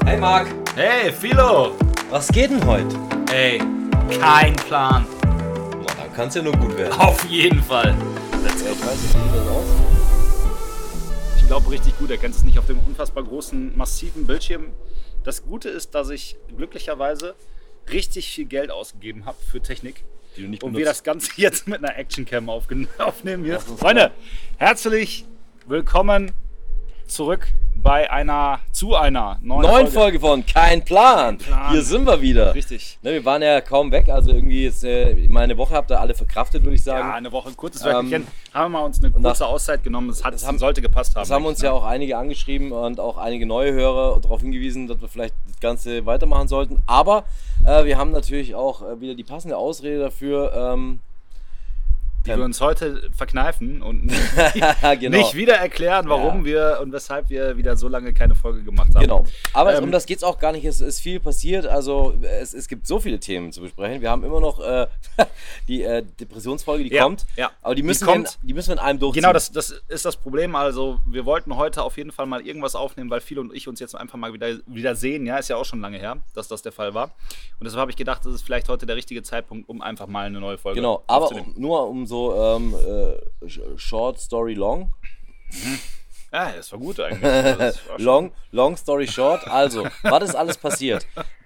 Hey Marc. Hey Philo. Was geht denn heute? Ey, kein Plan. Na, dann kann's ja nur gut werden. Auf jeden Fall. Let's go. Ich weiß nicht, wie sieht das aus? Ich glaube richtig gut, er kennt es nicht auf dem unfassbar großen, massiven Bildschirm. Das Gute ist, dass ich glücklicherweise richtig viel Geld ausgegeben habe für Technik. Die du nicht und benutzt. wir das Ganze jetzt mit einer Actioncam aufnehmen hier. Freunde, herzlich willkommen zurück bei einer neuen Folge von Kein Plan. Hier sind wir wieder. Richtig. Ne, wir waren ja kaum weg, also irgendwie ist meine Woche habt ihr alle verkraftet, würde ich sagen. Ja, eine Woche, kurzes Wöchchen. Haben wir uns eine kurze Auszeit genommen. Sollte gepasst haben. Das haben uns ja auch einige angeschrieben und auch einige neue Hörer darauf hingewiesen, dass wir vielleicht das Ganze weitermachen sollten. Aber wir haben natürlich auch wieder die passende Ausrede dafür. Die wir uns heute verkneifen und genau. nicht wieder erklären, warum wir und weshalb wir wieder so lange keine Folge gemacht haben. Genau. Aber um das geht es auch gar nicht. Es ist viel passiert. Also es gibt so viele Themen zu besprechen. Wir haben immer noch die Depressionsfolge, die kommt. Ja. Aber die müssen wir in einem durchziehen. Genau, das ist das Problem. Also wir wollten heute auf jeden Fall mal irgendwas aufnehmen, weil Philo und ich uns jetzt einfach mal wieder sehen. Ja, ist ja auch schon lange her, dass das der Fall war. Und deshalb habe ich gedacht, das ist vielleicht heute der richtige Zeitpunkt, um einfach mal eine neue Folge aufzunehmen. Aber nur um so Short Story Long. Ja, das war gut eigentlich. Long Story Short. Also, was ist alles passiert?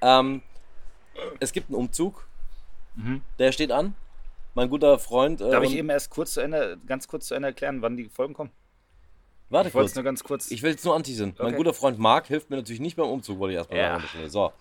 Es gibt einen Umzug. Der steht an. Mein guter Freund. Darf ich eben erst ganz kurz zu Ende erklären, wann die Folgen kommen? Warte ich kurz. Nur ganz kurz. Ich will jetzt nur anteasern. Okay. Mein guter Freund Marc hilft mir natürlich nicht beim Umzug, wollte ich erstmal sagen. So.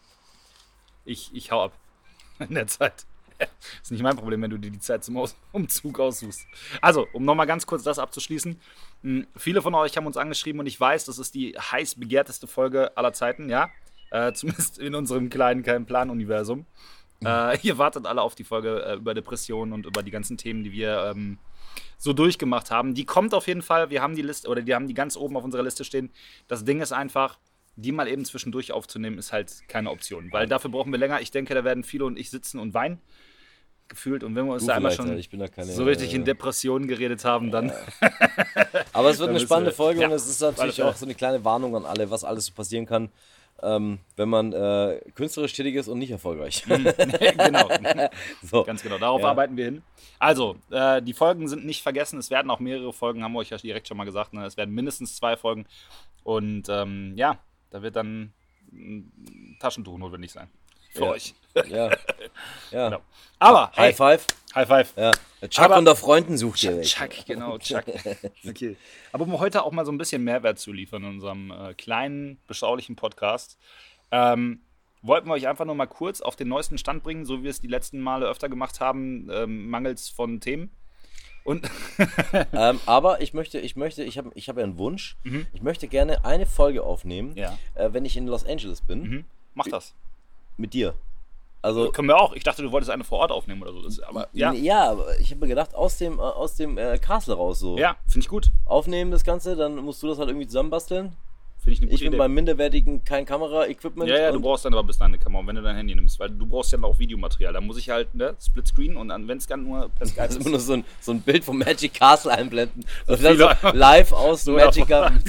Ich hau ab in der Zeit. Ist nicht mein Problem, wenn du dir die Zeit zum Umzug aussuchst. Also, um nochmal ganz kurz das abzuschließen. Viele von euch haben uns angeschrieben und ich weiß, das ist die heiß begehrteste Folge aller Zeiten, ja. Zumindest in unserem kleinen Kein-Plan-Universum. Ihr wartet alle auf die Folge über Depressionen und über die ganzen Themen, die wir so durchgemacht haben. Die kommt auf jeden Fall. Wir haben die Liste, oder die haben die ganz oben auf unserer Liste stehen. Das Ding ist einfach, die mal eben zwischendurch aufzunehmen, ist halt keine Option. Weil dafür brauchen wir länger. Ich denke, da werden Philo und ich sitzen und weinen. Gefühlt. Und wenn wir uns da einmal schon so richtig in Depressionen geredet haben, dann... Aber es wird eine spannende Folge und es ist natürlich auch so eine kleine Warnung an alle, was alles so passieren kann, wenn man künstlerisch tätig ist und nicht erfolgreich. Genau. So. Ganz genau. Darauf arbeiten wir hin. Also, die Folgen sind nicht vergessen. Es werden auch mehrere Folgen, haben wir euch ja direkt schon mal gesagt. Ne? Es werden mindestens 2 Folgen. Und da wird dann ein Taschentuch notwendig sein. Für euch. Ja. Genau. Aber, High Five. High Five. Ja. Chuck unter Freunden sucht ihr. Chuck. Okay. Aber um heute auch mal so ein bisschen Mehrwert zu liefern in unserem kleinen, beschaulichen Podcast, wollten wir euch einfach nur mal kurz auf den neuesten Stand bringen, so wie wir es die letzten Male öfter gemacht haben, mangels von Themen. Und aber ich habe ja einen Wunsch. Ich möchte gerne eine Folge aufnehmen, wenn ich in Los Angeles bin. Mach das. Mit dir. Also können wir auch. Ich dachte, du wolltest eine vor Ort aufnehmen oder so. Aber aber ich habe mir gedacht, aus dem Castle raus so. Ja, finde ich gut. Aufnehmen das Ganze, dann musst du das halt irgendwie zusammenbasteln. Finde ich eine gute Idee. Ich bin beim minderwertigen kein Kamera-Equipment. Ja, du brauchst dann aber bis dahin eine Kamera, wenn du dein Handy nimmst, weil du brauchst ja auch Videomaterial. Da muss ich halt Splitscreen und dann, wenn es dann nur per Skype ist. Nur so ein Bild vom Magic Castle einblenden. Und dann so live aus Magic Castle.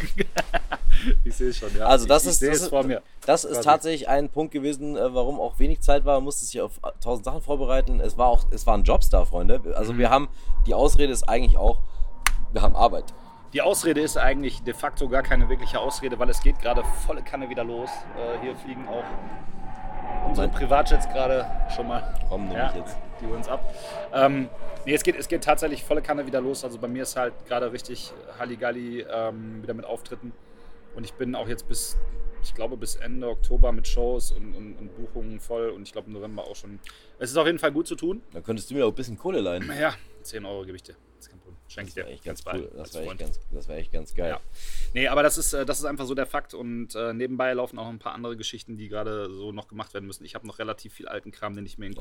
Ich sehe es schon, ja. Also das ist tatsächlich ein Punkt gewesen, warum auch wenig Zeit war. Man musste sich auf 1000 Sachen vorbereiten. Es waren Jobs da, Freunde. Also die Ausrede ist eigentlich auch, wir haben Arbeit. Die Ausrede ist eigentlich de facto gar keine wirkliche Ausrede, weil es geht gerade volle Kanne wieder los. Hier fliegen auch unsere Privatjets gerade schon mal. Kommen nämlich jetzt. Die holen uns ab. Es geht tatsächlich volle Kanne wieder los. Also bei mir ist halt gerade richtig Halligalli wieder mit Auftritten. Und ich bin auch jetzt bis Ende Oktober mit Shows und Buchungen voll. Und ich glaube im November auch schon. Es ist auf jeden Fall gut zu tun. Da könntest du mir auch ein bisschen Kohle leihen. Ja, 10 € gebe ich dir. Schenke ich dir. Das wäre echt ganz geil. Ja. Nee, aber das ist einfach so der Fakt und nebenbei laufen auch ein paar andere Geschichten, die gerade so noch gemacht werden müssen. Ich habe noch relativ viel alten Kram, den ich mir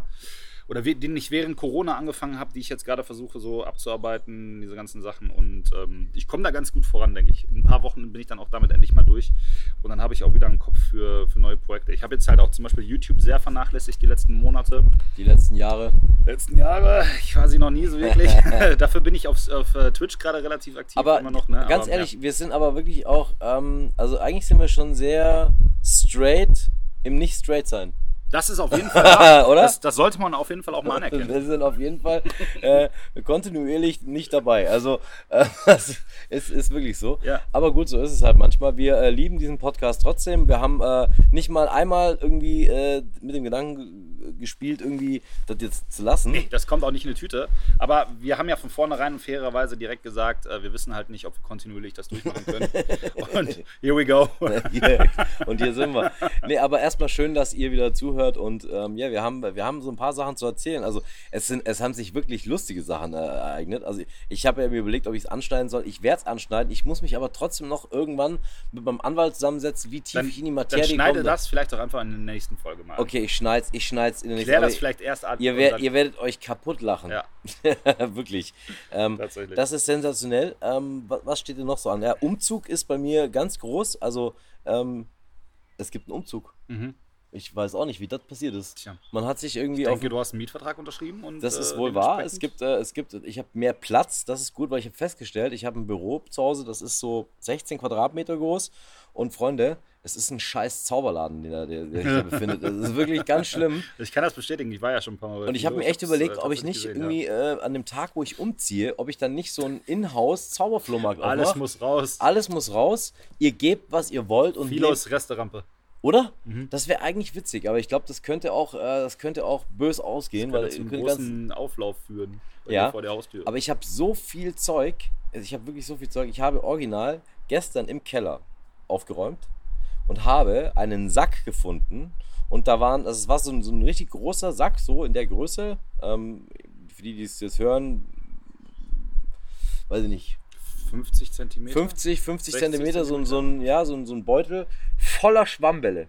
den ich während Corona angefangen habe, die ich jetzt gerade versuche so abzuarbeiten, diese ganzen Sachen und ich komme da ganz gut voran, denke ich. In ein paar Wochen bin ich dann auch damit endlich mal durch und dann habe ich auch wieder einen Kopf für neue Projekte. Ich habe jetzt halt auch zum Beispiel YouTube sehr vernachlässigt die letzten Monate. Worte. Die letzten Jahre. Ich war sie noch nie so wirklich. Dafür bin ich auf Twitch gerade relativ aktiv Aber immer noch. Ne? ganz aber, ehrlich, wir sind aber wirklich auch, also eigentlich sind wir schon sehr straight im Nicht-Straight-Sein. Das ist auf jeden Fall wahr. Oder? Das sollte man auf jeden Fall auch mal anerkennen. Wir sind auf jeden Fall kontinuierlich nicht dabei. Also das ist wirklich so. Ja. Aber gut, so ist es halt manchmal. Wir lieben diesen Podcast trotzdem. Wir haben nicht mal einmal irgendwie mit dem Gedanken gespielt, irgendwie das jetzt zu lassen. Nee, das kommt auch nicht in die Tüte. Aber wir haben ja von vornherein fairerweise direkt gesagt, wir wissen halt nicht, ob wir kontinuierlich das durchmachen können. Und here we go. Und hier sind wir. Nee, aber erstmal schön, dass ihr wieder zuhört. Und ja, wir haben so ein paar Sachen zu erzählen. Also es haben sich wirklich lustige Sachen ereignet. Also ich habe ja mir überlegt, ob ich es anschneiden soll. Ich werde es anschneiden. Ich muss mich aber trotzdem noch irgendwann mit meinem Anwalt zusammensetzen, wie tief ich in die Materie komme. Dann schneide das vielleicht auch einfach in der nächsten Folge mal. Okay, ich schneid's in der nächsten Klär das vielleicht erst an. Ihr werdet euch kaputt lachen. Ja. Wirklich. Tatsächlich. Das ist sensationell. Was steht denn noch so an? Ja, Umzug ist bei mir ganz groß. Also es gibt einen Umzug. Mhm. Ich weiß auch nicht, wie das passiert ist. Tja. Man hat sich irgendwie Ich denke, du hast einen Mietvertrag unterschrieben. Und, das ist wohl wahr. Ich habe mehr Platz. Das ist gut, weil ich habe festgestellt, ich habe ein Büro zu Hause, das ist so 16 Quadratmeter groß. Und Freunde, es ist ein scheiß Zauberladen, der sich da befindet. Das ist wirklich ganz schlimm. Ich kann das bestätigen, ich war ja schon ein paar Mal bei Und ich habe mir echt überlegt, ob ich nicht irgendwie an dem Tag, wo ich umziehe, ob ich dann nicht so einen Inhouse-Zauberflohmarkt aufmache. Alles muss raus. Alles muss raus. Ihr gebt, was ihr wollt. Und Philos Resterampe. Oder? Mhm. Das wäre eigentlich witzig, aber ich glaube, das könnte auch bös ausgehen. Das könnte einen großen Auflauf führen vor der Haustür. Aber ich habe so viel Zeug, ich habe wirklich so viel Zeug, ich habe original gestern im Keller aufgeräumt und habe einen Sack gefunden und da waren, also es war so ein richtig großer Sack, so in der Größe, für die es jetzt hören, weiß ich nicht, 50 Zentimeter? 50 Zentimeter, so ein Beutel voller Schwammbälle.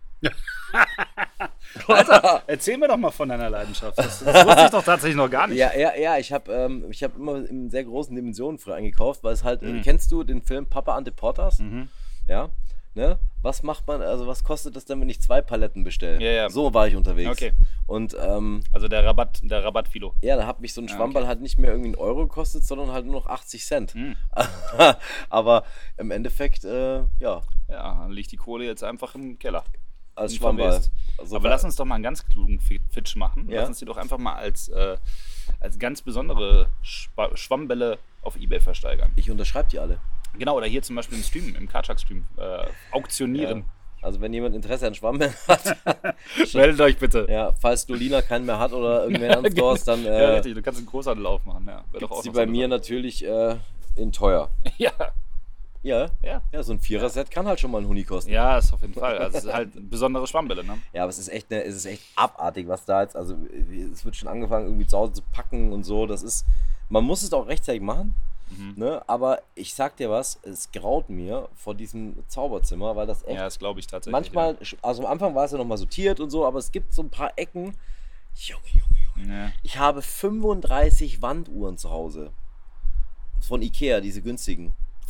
Alter, erzähl mir doch mal von deiner Leidenschaft. Das wusste ich doch tatsächlich noch gar nicht. Ja, ich hab immer in sehr großen Dimensionen früher eingekauft, weil es halt, kennst du den Film Papa Ante Portas? Mhm. Ja, ne? Was macht man, also was kostet das denn, wenn ich 2 Paletten bestelle? Ja. So war ich unterwegs. Okay. Und, also der Rabatt-Philo. Ja, da hat mich so ein Schwammball halt nicht mehr irgendwie einen Euro gekostet, sondern halt nur noch 80 Cent. Mhm. Aber im Endeffekt, ja. Ja, dann liegt die Kohle jetzt einfach im Keller. Als Schwammball. Also, aber lass uns doch mal einen ganz klugen Fitch machen. Ja? Lass uns die doch einfach mal als ganz besondere Schwammbälle auf eBay versteigern. Ich unterschreibe die alle. Genau, oder hier zum Beispiel im Stream, im Karchak-Stream auktionieren. Ja. Also wenn jemand Interesse an Schwammbällen hat, meldet euch bitte. Ja, falls Dolina keinen mehr hat oder irgendwer an Stores, dann ja, richtig, du kannst einen Großhandel aufmachen. Ja, gibt's die bei mir natürlich in teuer. Ja. Ja, so ein 4er-Set kann halt schon mal einen Huni kosten. Ja, ist auf jeden Fall. Also es ist halt besondere Schwammbälle, ne? Ja, aber es ist echt abartig, was da jetzt, also es wird schon angefangen irgendwie zu Hause zu packen und so, man muss es auch rechtzeitig machen, ne? Aber ich sag dir was, es graut mir vor diesem Zauberzimmer, weil das echt... Ja, das glaube ich tatsächlich. Manchmal, also am Anfang war es ja nochmal sortiert und so, aber es gibt so ein paar Ecken, Junge. Ja. Ich habe 35 Wanduhren zu Hause. Von Ikea, diese günstigen.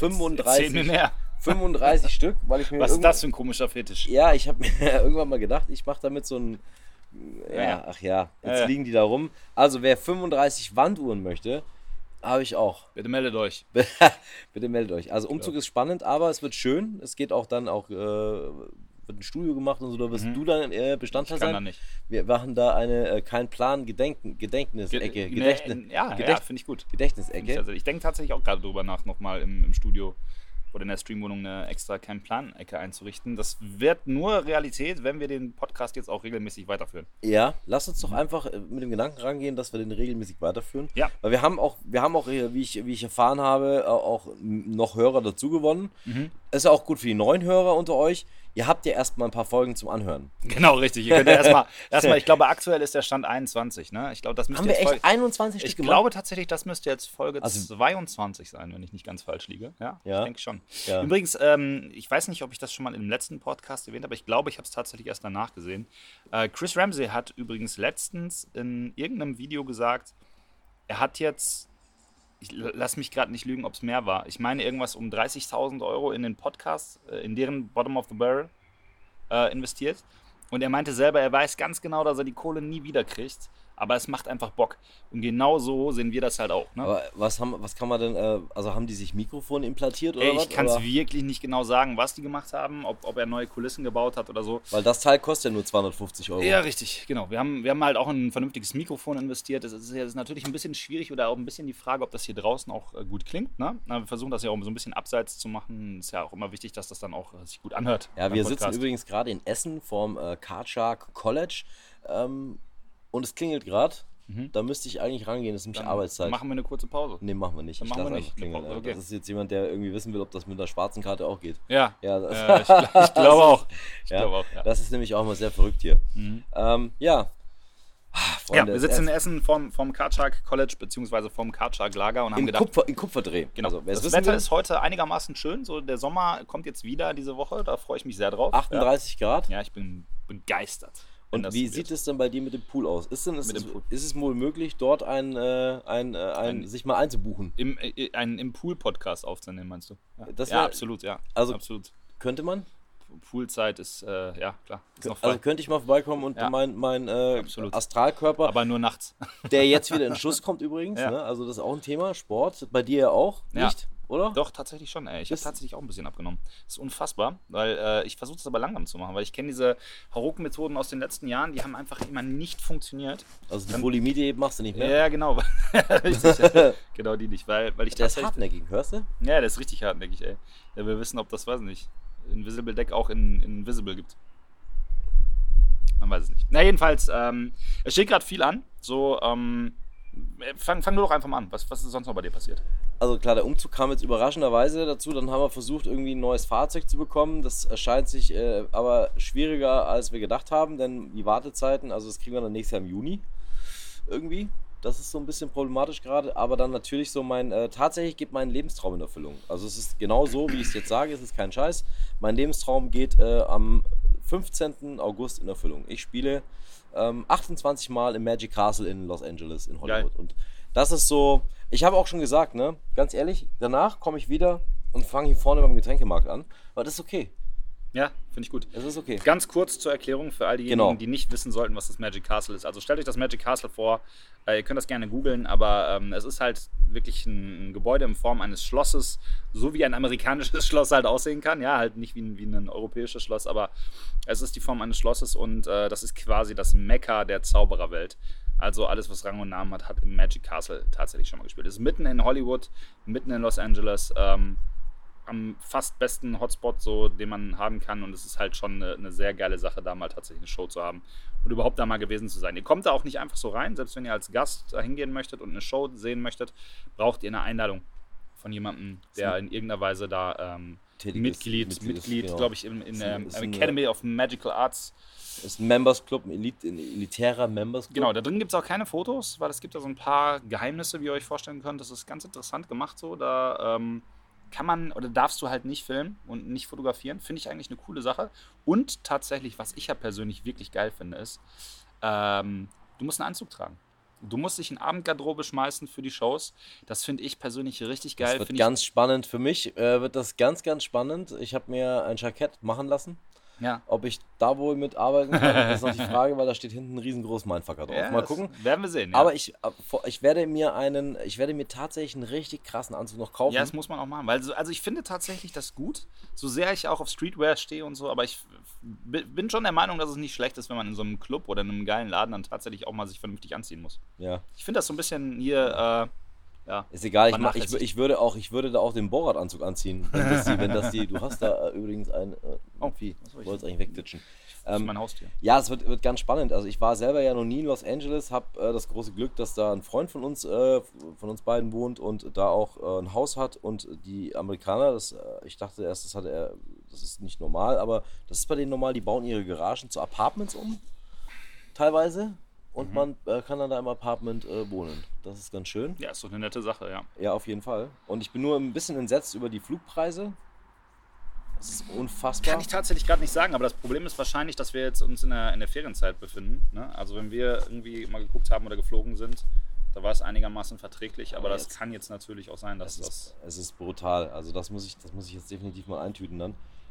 35 Stück, weil ich mir was ist das für ein komischer Fetisch? Ja, ich habe mir irgendwann mal gedacht, ich mache damit so ein... Jetzt liegen die da rum. Also wer 35 Wanduhren möchte, habe ich auch. Bitte meldet euch. Bitte meldet euch. Also Umzug ist spannend, aber es wird schön. Es geht auch dann wird ein Studio gemacht und so, da wirst du dann Bestandteil sein. Da nicht. Wir machen da eine kein Plan Gedächtnisecke. Finde ich gut. Gedächtnisecke. Ich denke tatsächlich auch gerade drüber nach, nochmal im Studio oder in der Streamwohnung eine extra kein Plan-Ecke einzurichten. Das wird nur Realität, wenn wir den Podcast jetzt auch regelmäßig weiterführen. Ja, lass uns doch einfach mit dem Gedanken rangehen, dass wir den regelmäßig weiterführen. Ja. Weil wir haben auch, wie ich erfahren habe, auch noch Hörer dazu gewonnen. Ist ja auch gut für die neuen Hörer unter euch. Ihr habt ja erstmal ein paar Folgen zum Anhören. Genau, richtig. Ihr könnt ja erstmal, ich glaube, aktuell ist der Stand 21, ne? Ich glaube, das müsste haben wir echt 21 Stück gemacht? Ich glaube tatsächlich, das müsste jetzt Folge 22 sein, wenn ich nicht ganz falsch liege. Ja. Ich denke schon. Ja. Übrigens, ich weiß nicht, ob ich das schon mal im letzten Podcast erwähnt habe, aber ich glaube, ich habe es tatsächlich erst danach gesehen. Chris Ramsey hat übrigens letztens in irgendeinem Video gesagt, er hat jetzt, ich lass mich gerade nicht lügen, ob es mehr war. Ich meine irgendwas um 30.000 € in den Podcast, in deren Bottom of the Barrel investiert. Und er meinte selber, er weiß ganz genau, dass er die Kohle nie wieder kriegt. Aber es macht einfach Bock. Und genau so sehen wir das halt auch. Ne? Aber was kann man denn, also haben die sich Mikrofone implantiert oder was? Ich kann es wirklich nicht genau sagen, was die gemacht haben, ob er neue Kulissen gebaut hat oder so. Weil das Teil kostet ja nur 250 €. Ja, richtig, genau. Wir haben halt auch in ein vernünftiges Mikrofon investiert. Das ist natürlich ein bisschen schwierig oder auch ein bisschen die Frage, ob das hier draußen auch gut klingt. Ne? Wir versuchen das ja auch so ein bisschen abseits zu machen. Ist ja auch immer wichtig, dass das dann auch sich gut anhört. Ja, wir sitzen übrigens gerade in Essen vorm Card Shark College und es klingelt gerade. Da müsste ich eigentlich rangehen, das ist nämlich Dann Arbeitszeit. machen wir eine kurze Pause. Nee, machen wir nicht. Dann Ich machen wir lasse nicht. einfach klingeln. Okay. Das ist jetzt jemand, der irgendwie wissen will, ob das mit einer schwarzen Karte auch geht. Ja, Ja, ich glaube auch. Ja. Das ist nämlich auch mal sehr verrückt hier. Ja. Freunde, Wir sitzen in Essen vom Card Shark College beziehungsweise vom Card Shark Lager und haben gedacht, in Kupferdreh. genau, Also, das Wetter ist heute einigermaßen schön. So, der Sommer kommt jetzt wieder diese Woche, da freue ich mich sehr drauf. 38 Grad. Ja, ich bin begeistert. Und wie sieht es denn bei dir mit dem Pool aus? Ist es wohl möglich, dort sich mal einzubuchen? Im Pool-Podcast aufzunehmen, meinst du? Ja, absolut, ja. Also absolut. könnte man? Poolzeit ist, ja, klar. Ist noch frei. Also könnte ich mal vorbeikommen und mein Astralkörper, aber nur nachts. der jetzt wieder in Schuss kommt übrigens, Ja. ne? Also das ist auch ein Thema, Sport, bei dir ja auch, Ja. nicht? Oder? Doch, tatsächlich schon, ey. Ich habe tatsächlich auch ein bisschen abgenommen. Das ist unfassbar, weil ich versuche das aber langsam zu machen, weil ich kenne diese Heroku-Methoden aus den letzten Jahren, die haben einfach immer nicht funktioniert. Also die Bulimie machst du nicht mehr? Ja, genau. Richtig, genau die nicht, weil ich Der ist hartnäckig, hörst du? Ja, der ist richtig hartnäckig, ey. Der will wissen, ob das, weiß nicht, Invisible Deck auch in Invisible gibt. Man weiß es nicht. Na, jedenfalls, es steht gerade viel an. So, fang du doch einfach mal an. Was ist sonst noch bei dir passiert? Also klar, der Umzug kam jetzt überraschenderweise dazu. Dann haben wir versucht, irgendwie ein neues Fahrzeug zu bekommen. Das erscheint sich aber schwieriger, als wir gedacht haben, denn die Wartezeiten, also das kriegen wir dann nächstes Jahr im Juni irgendwie. Das ist so ein bisschen problematisch gerade, aber dann natürlich so tatsächlich geht mein Lebenstraum in Erfüllung. Also es ist genau so, wie ich es jetzt sage, es ist kein Scheiß. Mein Lebenstraum geht am 15. August in Erfüllung. Ich spiele 28 Mal im Magic Castle in Los Angeles, in Hollywood. Geil. Und das ist so, ich habe auch schon gesagt, ne, ganz ehrlich, danach komme ich wieder und fange hier vorne beim Getränkemarkt an, aber das ist okay. Ja, finde ich gut. Es ist okay. Ganz kurz zur Erklärung für all diejenigen, Genau. die nicht wissen sollten, was das Magic Castle ist. Also stellt euch das Magic Castle vor, ihr könnt das gerne googeln, aber es ist halt wirklich ein Gebäude in Form eines Schlosses, so wie ein amerikanisches Schloss halt aussehen kann. Ja, halt nicht wie ein europäisches Schloss, aber es ist die Form eines Schlosses und das ist quasi das Mekka der Zaubererwelt. Also alles, was Rang und Namen hat, hat im Magic Castle tatsächlich schon mal gespielt. Es ist mitten in Hollywood, mitten in Los Angeles, am fast besten Hotspot, so, den man haben kann. Und es ist halt schon eine sehr geile Sache, da mal tatsächlich eine Show zu haben und überhaupt da mal gewesen zu sein. Ihr kommt da auch nicht einfach so rein, selbst wenn ihr als Gast da hingehen möchtet und eine Show sehen möchtet, braucht ihr eine Einladung von jemandem, der in irgendeiner Weise da Mitglied genau. glaube ich, in der Academy of Magical Arts. Ist ein Members Club, ein elitärer Members Club. Genau, da drin gibt es auch keine Fotos, weil es gibt da so ein paar Geheimnisse, wie ihr euch vorstellen könnt. Das ist ganz interessant gemacht so. Da kann man oder darfst du halt nicht filmen und nicht fotografieren. Finde ich eigentlich eine coole Sache. Und tatsächlich, was ich ja persönlich wirklich geil finde, ist, du musst einen Anzug tragen. Du musst dich in Abendgarderobe schmeißen für die Shows. Das finde ich persönlich richtig geil. Das wird ganz spannend. Für mich wird das ganz, ganz spannend. Ich habe mir ein Jackett machen lassen. Ja. Ob ich da wohl mitarbeiten kann, das ist noch die Frage, weil da steht hinten ein riesengroßes Mindfucker drauf. Ja, mal gucken. Werden wir sehen. Ja. Aber ich werde mir tatsächlich einen richtig krassen Anzug noch kaufen. Ja, das muss man auch machen. Weil, also ich finde tatsächlich das gut. So sehr ich auch auf Streetwear stehe und so, aber ich bin schon der Meinung, dass es nicht schlecht ist, wenn man in so einem Club oder in einem geilen Laden dann tatsächlich auch mal sich vernünftig anziehen muss. Ja. Ich finde das so ein bisschen hier, ja. Ist egal, ich würde da auch den Borat-Anzug anziehen. Du hast da übrigens ein Vieh. Ich wollte es eigentlich wegditschen. Das ist mein Haustier. Ja, es wird ganz spannend. Also ich war selber ja noch nie in Los Angeles, habe das große Glück, dass da ein Freund von uns beiden wohnt und da auch ein Haus hat. Und die Amerikaner, ich dachte erst, das ist nicht normal, aber das ist bei denen normal, die bauen ihre Garagen zu Apartments um, teilweise. Und man kann dann da im Apartment wohnen. Das ist ganz schön. Ja, ist doch eine nette Sache, ja. Ja, auf jeden Fall. Und ich bin nur ein bisschen entsetzt über die Flugpreise. Das ist unfassbar. Kann ich tatsächlich gerade nicht sagen, aber das Problem ist wahrscheinlich, dass wir jetzt uns in der Ferienzeit befinden. Ne? Also wenn wir irgendwie mal geguckt haben oder geflogen sind, da war es einigermaßen verträglich, aber das kann jetzt natürlich auch sein, dass Es ist brutal. Also das muss ich jetzt definitiv mal eintüten dann.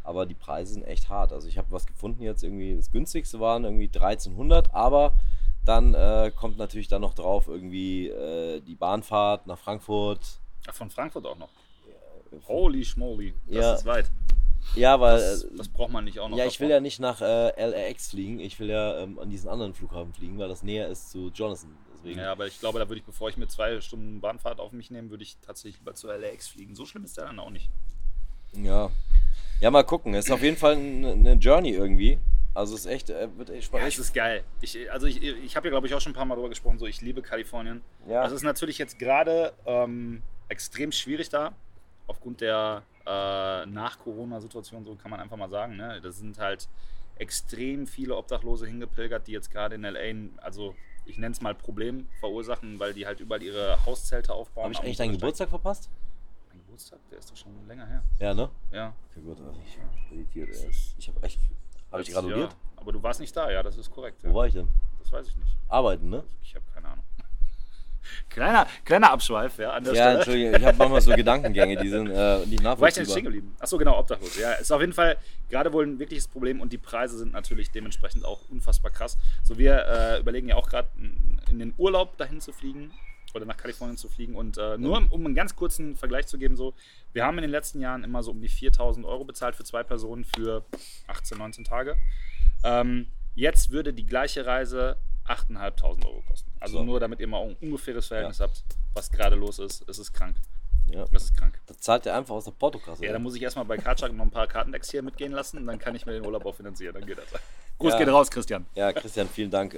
aber die Preise sind echt hart. Also ich habe was gefunden jetzt irgendwie, das günstigste waren irgendwie 1300, aber dann kommt natürlich dann noch drauf irgendwie die Bahnfahrt nach Frankfurt. Ach, von Frankfurt auch noch. Holy schmoly, das ist weit. Ja, weil... Das braucht man nicht auch noch. Ja, ich will ja nicht nach LAX fliegen, ich will ja an diesen anderen Flughafen fliegen, weil das näher ist zu Jonathan. Deswegen. Ja, aber ich glaube, da würde ich, bevor ich mir 2 Stunden Bahnfahrt auf mich nehme, würde ich tatsächlich lieber zu LAX fliegen. So schlimm ist der dann auch nicht. Ja. Ja, mal gucken. Es ist auf jeden Fall eine Journey irgendwie. Also es ist echt, wird echt spannend. Ja, es ist geil. Ich habe ja, glaube ich, auch schon ein paar Mal drüber gesprochen, so ich liebe Kalifornien. Ja. Es ist natürlich jetzt gerade extrem schwierig da, aufgrund der Nach-Corona-Situation, so kann man einfach mal sagen. Ne? Da sind halt extrem viele Obdachlose hingepilgert, die jetzt gerade in L.A., also ich nenne es mal Problem verursachen, weil die halt überall ihre Hauszelte aufbauen. Habe ich eigentlich deinen Geburtstag verpasst? Mein Geburtstag, der ist doch schon länger her. Ja, ne? Ja. Okay, gut, also ich bin irritiert, ey. Ich habe echt... Habe ich gratuliert? Ja, aber du warst nicht da, ja, das ist korrekt. Ja. Wo war ich denn? Das weiß ich nicht. Arbeiten, ne? Ich habe keine Ahnung. Kleiner Abschweif, ja, an der Ja, Stelle. Entschuldigung, ich habe manchmal so Gedankengänge, die sind nicht Wo war ich denn nachvollziehbar. stehen geblieben? Achso, genau, obdachlos. Ja, ist auf jeden Fall gerade wohl ein wirkliches Problem und die Preise sind natürlich dementsprechend auch unfassbar krass. So, wir überlegen ja auch gerade in den Urlaub dahin zu fliegen oder nach Kalifornien zu fliegen und nur um einen ganz kurzen Vergleich zu geben, so, wir haben in den letzten Jahren immer so um die 4.000 € bezahlt für 2 Personen für 18, 19 Tage. Jetzt würde die gleiche Reise 8.500 € kosten. Also So. nur damit ihr mal ein ungefähres Verhältnis habt, was gerade los ist. Es ist krank. Ja. Das ist krank. Das zahlt er einfach aus der Portokasse. Ja, dann muss ich erstmal bei Kartschak noch ein paar Kartendecks hier mitgehen lassen und dann kann ich mir den Urlaub auch finanzieren. Dann geht das. Gruß Ja. geht raus, Christian. Ja, Christian, vielen Dank.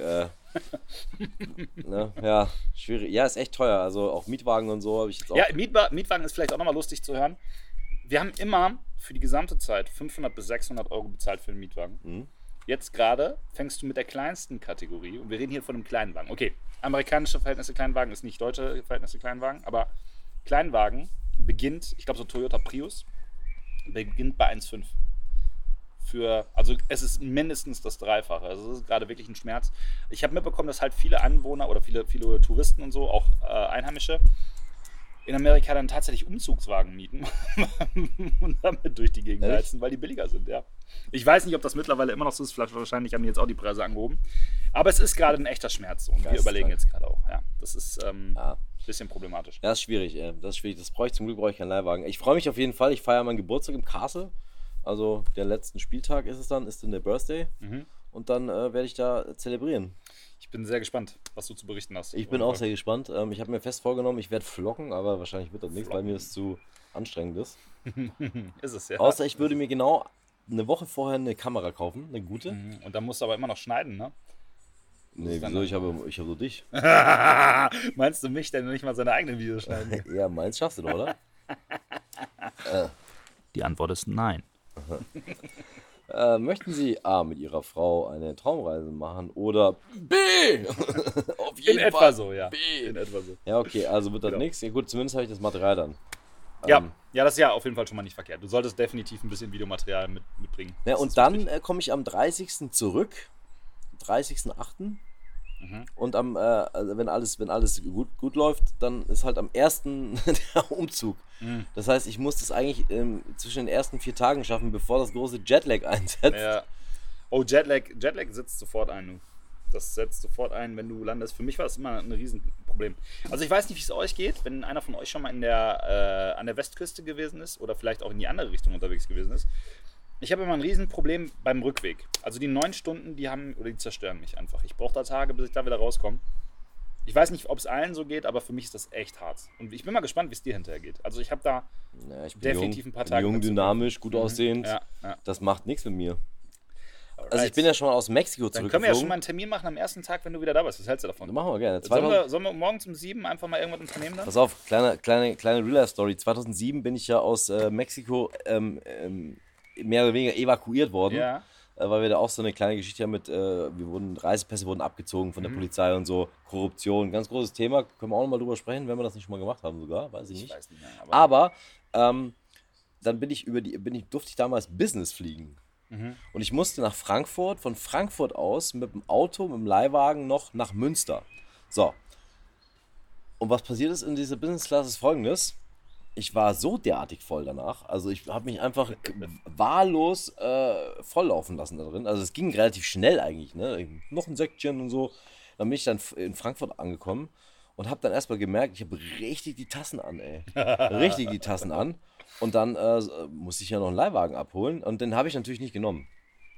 Ne? Ja, schwierig. Ja, ist echt teuer. Also auch Mietwagen und so habe ich jetzt auch. Ja, Mietwagen ist vielleicht auch nochmal lustig zu hören. Wir haben immer für die gesamte Zeit 500 bis 600 € bezahlt für den Mietwagen. Mhm. Jetzt gerade fängst du mit der kleinsten Kategorie und wir reden hier von einem Kleinwagen. Okay, amerikanische Verhältnisse Kleinwagen ist nicht deutsche Verhältnisse Kleinwagen, aber Kleinwagen beginnt, ich glaube so Toyota Prius, beginnt bei 1,5. Also es ist mindestens das Dreifache. Also es ist gerade wirklich ein Schmerz. Ich habe mitbekommen, dass halt viele Anwohner oder viele Touristen und so, auch Einheimische, in Amerika dann tatsächlich Umzugswagen mieten und damit durch die Gegend heizen, weil die billiger sind, ja. Ich weiß nicht, ob das mittlerweile immer noch so ist. Vielleicht wahrscheinlich haben die jetzt auch die Preise angehoben. Aber es ist gerade ein echter Schmerz. So. Und wir überlegen jetzt gerade auch. Ja, das ist ein bisschen problematisch. Ja, das ist schwierig, ey. Das ist schwierig. Zum Glück brauche ich keinen Leihwagen. Ich freue mich auf jeden Fall. Ich feiere meinen Geburtstag im Castle. Also der letzten Spieltag ist dann der Birthday. Und dann werde ich da zelebrieren. Ich bin sehr gespannt, was du zu berichten hast. Ich bin auch sehr gespannt. Ich habe mir fest vorgenommen, ich werde vloggen, aber wahrscheinlich wird das nichts, weil mir das zu anstrengend ist. Ist es, ja. Außer ich würde mir genau eine Woche vorher eine Kamera kaufen, eine gute. Und dann musst du aber immer noch schneiden, ne? Nee, wieso? Ich habe so dich. Meinst du mich, der nicht mal seine eigenen Videos schneiden kann? Ja, meins schaffst du doch, oder? Die Antwort ist nein. Möchten Sie A, mit Ihrer Frau eine Traumreise machen oder B? Auf jeden In etwa Fall so, ja. B. In etwa so. Ja, okay, also wird das Genau. nichts. Ja gut, zumindest habe ich das Material dann. Ja, das ist ja auf jeden Fall schon mal nicht verkehrt. Du solltest definitiv ein bisschen Videomaterial mitbringen. Ja, Das und ist dann wichtig. komme ich am 30. zurück. 30.08. Und also wenn alles gut läuft, dann ist halt am 1. der Umzug. Das heißt, ich muss das eigentlich zwischen den ersten 4 Tagen schaffen, bevor das große Jetlag einsetzt. Ja. Oh, Jetlag setzt sofort ein, du. Das setzt sofort ein, wenn du landest. Für mich war das immer ein Riesenproblem. Also ich weiß nicht, wie es euch geht, wenn einer von euch schon mal an der Westküste gewesen ist oder vielleicht auch in die andere Richtung unterwegs gewesen ist. Ich habe immer ein Riesenproblem beim Rückweg. Also die 9 Stunden, die zerstören mich einfach. Ich brauche da Tage, bis ich da wieder rauskomme. Ich weiß nicht, ob es allen so geht, aber für mich ist das echt hart. Und ich bin mal gespannt, wie es dir hinterher geht. Also ich habe da Ja, ich bin definitiv jung, ein paar Tage jung, dazu. dynamisch, gut aussehend. Ja. Das macht nichts mit mir. Also Alright. ich bin ja schon mal aus Mexiko Dann können wir ja schon zurückgeflogen. mal einen Termin machen am ersten Tag, wenn du wieder da bist. Was hältst du davon? Machen wir gerne. Sollen wir morgens um 7 einfach mal irgendwas unternehmen dann? Pass auf, kleine Real-Life-Story. 2007 bin ich ja aus Mexiko mehr oder weniger evakuiert worden. Ja. Weil wir da auch so eine kleine Geschichte haben mit, Reisepässe wurden abgezogen von der Polizei und so, Korruption, ganz großes Thema, können wir auch nochmal drüber sprechen, wenn wir das nicht schon mal gemacht haben sogar, weiß ich Ich nicht. weiß nicht mehr. Aber dann durfte ich damals Business fliegen. Und ich musste nach Frankfurt, von Frankfurt aus mit dem Auto, mit dem Leihwagen noch nach Münster. So. Und was passiert ist in dieser Business Class ist folgendes. ich war so derartig voll danach. Also ich habe mich einfach wahllos volllaufen lassen da drin. Also es ging relativ schnell eigentlich, ne? Noch ein Säckchen und so. Dann bin ich dann in Frankfurt angekommen und habe dann erstmal gemerkt, ich habe richtig die Tassen an, ey. Richtig die Tassen an. Und dann musste ich ja noch einen Leihwagen abholen und den habe ich natürlich nicht genommen.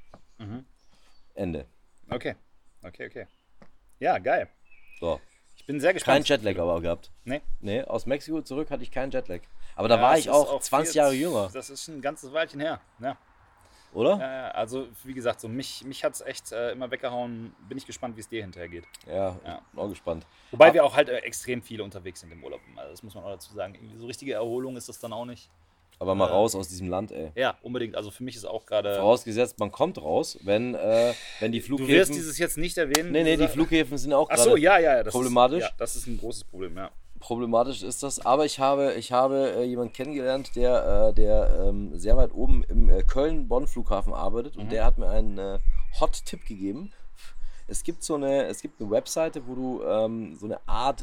Ende. Okay. Ja, geil. So. Ich bin sehr gespannt. Kein Jetlag aber gehabt. Nee. Nee, aus Mexiko zurück hatte ich keinen Jetlag. Aber da Ja, war es ich ist auch 20 Jahre jünger, Das ist ein ganzes Weilchen her. Ja. oder? Also, wie gesagt, so mich hat es echt immer weggehauen. Bin ich gespannt, wie es dir hinterher geht. Ja, Ja. bin auch gespannt. Wobei wir auch halt extrem viele unterwegs sind im Urlaub. Also das muss man auch dazu sagen. Irgendwie so richtige Erholung ist das dann auch nicht. Aber mal raus aus diesem Land, ey. Ja, unbedingt. Also für mich ist auch gerade. Vorausgesetzt, man kommt raus, wenn die Du Flughäfen... wirst dieses jetzt nicht erwähnen. Nee, die Flughäfen sind auch Ach so, gerade ja. Das problematisch. Ist, ja, das ist ein großes Problem, ja. Problematisch ist das. Aber ich habe jemanden kennengelernt, der sehr weit oben im Köln-Bonn-Flughafen arbeitet. Und der hat mir einen Hot-Tipp gegeben. Es gibt eine Webseite, wo du so eine Art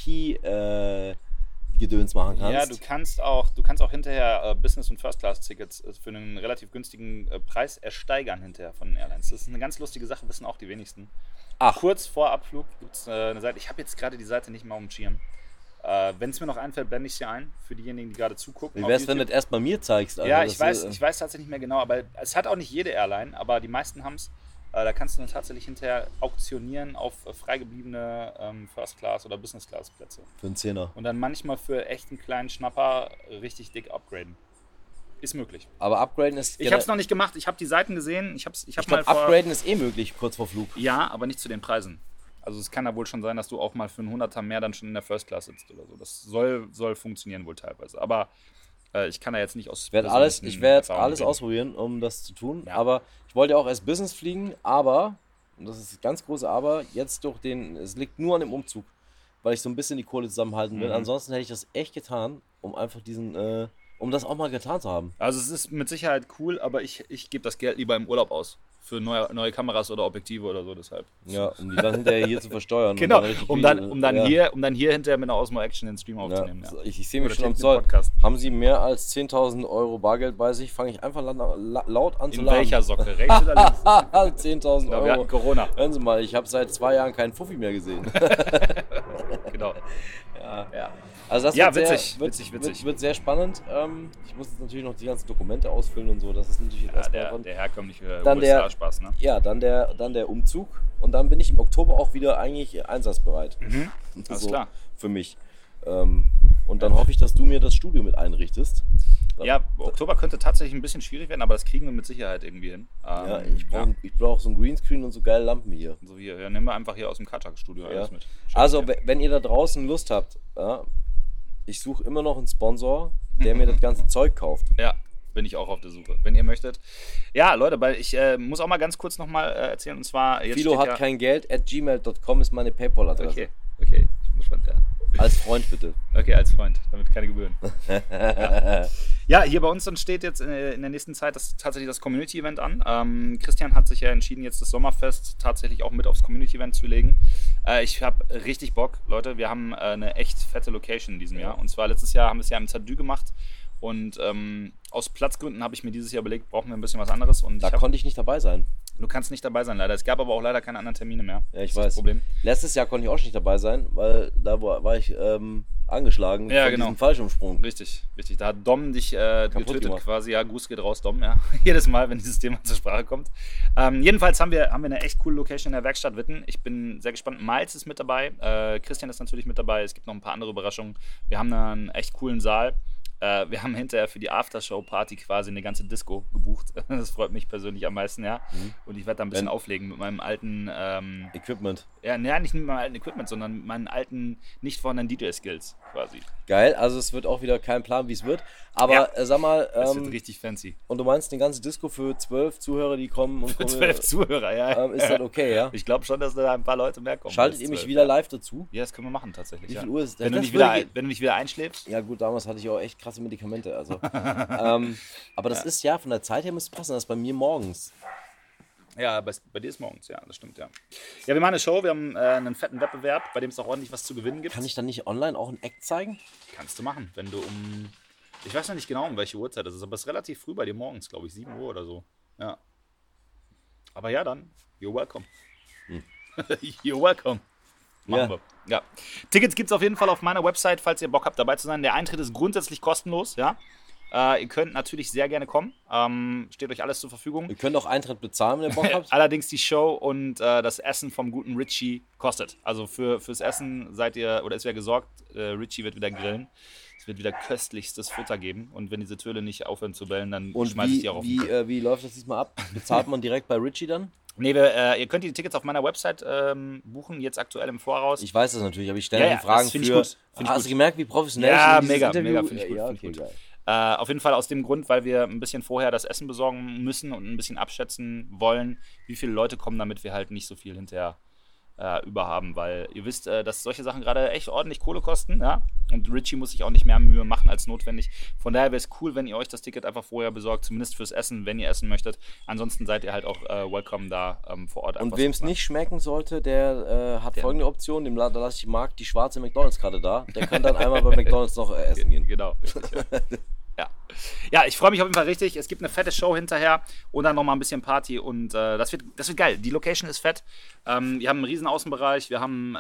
VIP-Gedöns machen kannst. Ja, du kannst auch hinterher Business- und First-Class-Tickets für einen relativ günstigen Preis ersteigern hinterher von den Airlines. Das ist eine ganz lustige Sache, wissen auch die wenigsten. Ach. Kurz vor Abflug gibt es eine Seite. Ich habe jetzt gerade die Seite nicht mal auf dem Schirm. Wenn es mir noch einfällt, blende ich sie ein, für diejenigen, die gerade zugucken. Wie wär's, wenn du das erst mal mir zeigst? Ja, Also ich weiß tatsächlich nicht mehr genau, aber es hat auch nicht jede Airline, aber die meisten haben es. Da kannst du dann tatsächlich hinterher auktionieren auf freigebliebene First-Class- oder Business-Class-Plätze. Für einen Zehner. Und dann manchmal für echt einen kleinen Schnapper richtig dick upgraden. Ist möglich. Aber upgraden ist... Ich habe es noch nicht gemacht, ich habe die Seiten gesehen. Ich glaube, upgraden ist eh möglich, kurz vor Flug. Ja, aber nicht zu den Preisen. Also es kann ja wohl schon sein, dass du auch mal für einen 100er mehr dann schon in der First Class sitzt oder so. Das soll funktionieren wohl teilweise. Aber ich kann da jetzt nicht aus... Ich werde alles ausprobieren, um das zu tun. Ja. Aber ich wollte auch erst Business fliegen, aber, und das ist das ganz große Aber, jetzt es liegt nur an dem Umzug, weil ich so ein bisschen die Kohle zusammenhalten will. Ansonsten hätte ich das echt getan, um einfach um das auch mal getan zu haben. Also es ist mit Sicherheit cool, aber ich gebe das Geld lieber im Urlaub aus. Für neue Kameras oder Objektive oder so, deshalb. Ja, um die dann hinterher hier zu versteuern. Genau, um dann hier hinterher mit einer Osmo Action den Stream aufzunehmen. Ja. Ich sehe mich schon am Zoll. Haben Sie mehr als 10.000 Euro Bargeld bei sich, fange ich einfach laut an zu laden. In welcher Socke? Rechts oder links? 10.000 Euro. Wir hatten Corona. Hören Sie mal, ich habe seit 2 Jahren keinen Fuffi mehr gesehen. Genau. Ja. Also das wird sehr spannend. Ich muss jetzt natürlich noch die ganzen Dokumente ausfüllen und so. Das ist natürlich der herkömmliche USA-Spaß, ne? Ja, dann der Umzug und dann bin ich im Oktober auch wieder eigentlich einsatzbereit. Alles klar. Für mich. Und dann hoffe ich, dass du mir das Studio mit einrichtest. Ja, Oktober könnte tatsächlich ein bisschen schwierig werden, aber das kriegen wir mit Sicherheit irgendwie hin. Ja, ich brauche so ein Greenscreen und so geile Lampen hier. So hier, nehmen wir einfach hier aus dem Kaczak-Studio alles mit. Also, wenn ihr da draußen Lust habt, ich suche immer noch einen Sponsor, der mir das ganze Zeug kauft. Ja, bin ich auch auf der Suche, wenn ihr möchtet. Ja, Leute, weil ich muss auch mal ganz kurz nochmal erzählen, und zwar... Philo hat kein Geld @gmail.com ist meine Paypal-Adresse. Okay, ich muss mal... Als Freund bitte. Okay, als Freund, damit keine Gebühren. Ja, hier bei uns dann steht jetzt in der nächsten Zeit tatsächlich das Community-Event an. Christian hat sich ja entschieden, jetzt das Sommerfest tatsächlich auch mit aufs Community-Event zu legen. Ich habe richtig Bock, Leute. Wir haben eine echt fette Location in diesem Jahr. Und zwar letztes Jahr haben wir es ja im Zadü gemacht. Und aus Platzgründen habe ich mir dieses Jahr überlegt, brauchen wir ein bisschen was anderes. Und konnte ich nicht dabei sein. Du kannst nicht dabei sein, leider. Es gab aber auch leider keine anderen Termine mehr. Ja, ich weiß. Das Problem. Letztes Jahr konnte ich auch nicht dabei sein, weil da war ich angeschlagen von diesem Fallschirmsprung. Richtig. Da hat Dom dich getötet quasi. Ja, Gruß geht raus, Dom. Ja. Jedes Mal, wenn dieses Thema zur Sprache kommt. Jedenfalls haben wir eine echt coole Location in der Werkstatt Witten. Ich bin sehr gespannt. Miles ist mit dabei. Christian ist natürlich mit dabei. Es gibt noch ein paar andere Überraschungen. Wir haben da einen echt coolen Saal. Wir haben hinterher für die Aftershow-Party quasi eine ganze Disco gebucht. Das freut mich persönlich am meisten, ja. Und ich werde da ein bisschen auflegen mit meinem alten... Equipment. Ja, nicht mit meinem alten Equipment, sondern mit meinen alten, nicht vorhandenen DJ-Skills quasi. Geil, also es wird auch wieder kein Plan, wie es wird. Aber sag mal... es wird richtig fancy. Und du meinst, eine ganze Disco für 12 Zuhörer, die kommen und kommen... Für 12 Zuhörer, ja. Ist das okay, ja? Ich glaube schon, dass da ein paar Leute mehr kommen. Schaltet ihr mich wieder live dazu? Ja, das können wir machen tatsächlich. Wie viel Uhr ist das? Wenn du nicht wieder einschläfst? Ja gut, damals hatte ich auch echt krasse Medikamente, also. Aber das ist ja, von der Zeit her müsste passen, das ist bei mir morgens. Ja, bei dir ist morgens, ja, das stimmt, ja. Ja, wir machen eine Show, wir haben einen fetten Wettbewerb, bei dem es auch ordentlich was zu gewinnen gibt. Kann ich dann nicht online auch ein Act zeigen? Kannst du machen, wenn du ich weiß noch nicht genau, um welche Uhrzeit das ist, aber es ist relativ früh bei dir morgens, glaube ich, 7 Uhr oder so. Ja. Aber ja, dann, you're welcome. You're welcome. Machen wir. Ja. Tickets gibt es auf jeden Fall auf meiner Website, falls ihr Bock habt, dabei zu sein. Der Eintritt ist grundsätzlich kostenlos, ja. Ihr könnt natürlich sehr gerne kommen. Steht euch alles zur Verfügung. Ihr könnt auch Eintritt bezahlen, wenn ihr Bock habt. Allerdings die Show und das Essen vom guten Richie kostet. Also fürs Essen ist ja gesorgt. Richie wird wieder grillen. Es wird wieder köstlichstes Futter geben. Und wenn diese Töle nicht aufhören zu bellen, dann schmeiße ich die auch auf den Grill. Wie läuft das diesmal ab? Bezahlt man direkt bei Richie dann? Nee, ihr könnt die Tickets auf meiner Website buchen, jetzt aktuell im Voraus. Ich weiß das natürlich, aber ich stelle die Fragen für... Hast du gemerkt, wie professionell ja, ich mega, Interview... mega, finde ich gut. Ja, okay, geil. Auf jeden Fall aus dem Grund, weil wir ein bisschen vorher das Essen besorgen müssen und ein bisschen abschätzen wollen, wie viele Leute kommen, damit wir halt nicht so viel hinterher überhaben, weil ihr wisst, dass solche Sachen gerade echt ordentlich Kohle kosten, ja, und Richie muss sich auch nicht mehr Mühe machen als notwendig. Von daher wäre es cool, wenn ihr euch das Ticket einfach vorher besorgt, zumindest fürs Essen, wenn ihr essen möchtet. Ansonsten seid ihr halt auch welcome da vor Ort. Und wem es nicht schmecken sollte, der hat folgende Option, da lasse ich Marc die schwarze McDonalds-Karte da, der kann dann einmal bei McDonalds noch essen gehen. Genau, richtig, ja. Ja, ich freue mich auf jeden Fall richtig. Es gibt eine fette Show hinterher und dann nochmal ein bisschen Party und das wird geil. Die Location ist fett. Wir haben einen riesen Außenbereich, wir haben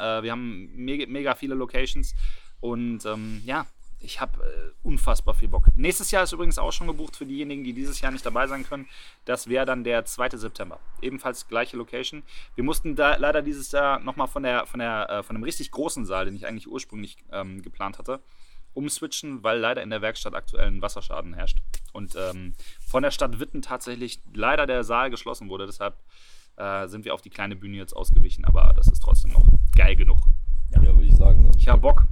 mega viele Locations und ich habe unfassbar viel Bock. Nächstes Jahr ist übrigens auch schon gebucht für diejenigen, die dieses Jahr nicht dabei sein können. Das wäre dann der 2. September. Ebenfalls gleiche Location. Wir mussten da leider dieses Jahr nochmal von einem richtig großen Saal, den ich eigentlich ursprünglich geplant hatte, umswitchen, weil leider in der Werkstatt aktuell ein Wasserschaden herrscht. Und von der Stadt Witten tatsächlich leider der Saal geschlossen wurde. Deshalb sind wir auf die kleine Bühne jetzt ausgewichen. Aber das ist trotzdem noch geil genug. Ja, würde ich sagen. Ne? Ich habe Bock.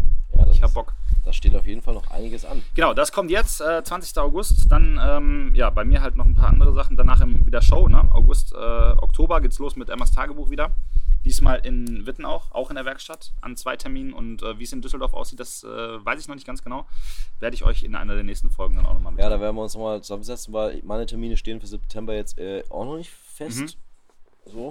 Da steht auf jeden Fall noch einiges an. Genau, das kommt jetzt, 20. August. Dann, bei mir halt noch ein paar andere Sachen. Danach wieder Show, ne? Oktober geht's los mit Emmas Tagebuch wieder. Diesmal in Witten auch in der Werkstatt, an 2 Terminen. Und wie es in Düsseldorf aussieht, das weiß ich noch nicht ganz genau. Werde ich euch in einer der nächsten Folgen dann auch nochmal mitteilen. Ja, da werden wir uns nochmal zusammensetzen, weil meine Termine stehen für September jetzt auch noch nicht fest. So,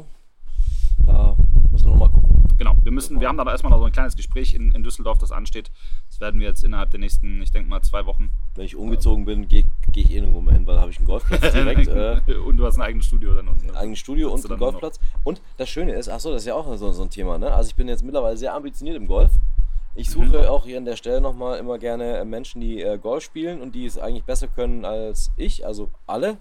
da müssen wir nochmal gucken. Genau, wir haben da erstmal noch so ein kleines Gespräch in Düsseldorf, das ansteht. Das werden wir jetzt innerhalb der nächsten, ich denke mal, 2 Wochen. Wenn ich umgezogen bin, gehe ich nirgendwo mehr hin, weil da habe ich einen Golfplatz direkt. Und du hast ein eigenes Studio dann unten. Ein eigenes Studio und einen Golfplatz. Und das Schöne ist, das ist ja auch so ein Thema, ne? Also ich bin jetzt mittlerweile sehr ambitioniert im Golf. Ich suche auch hier an der Stelle nochmal immer gerne Menschen, die Golf spielen und die es eigentlich besser können als ich, also alle.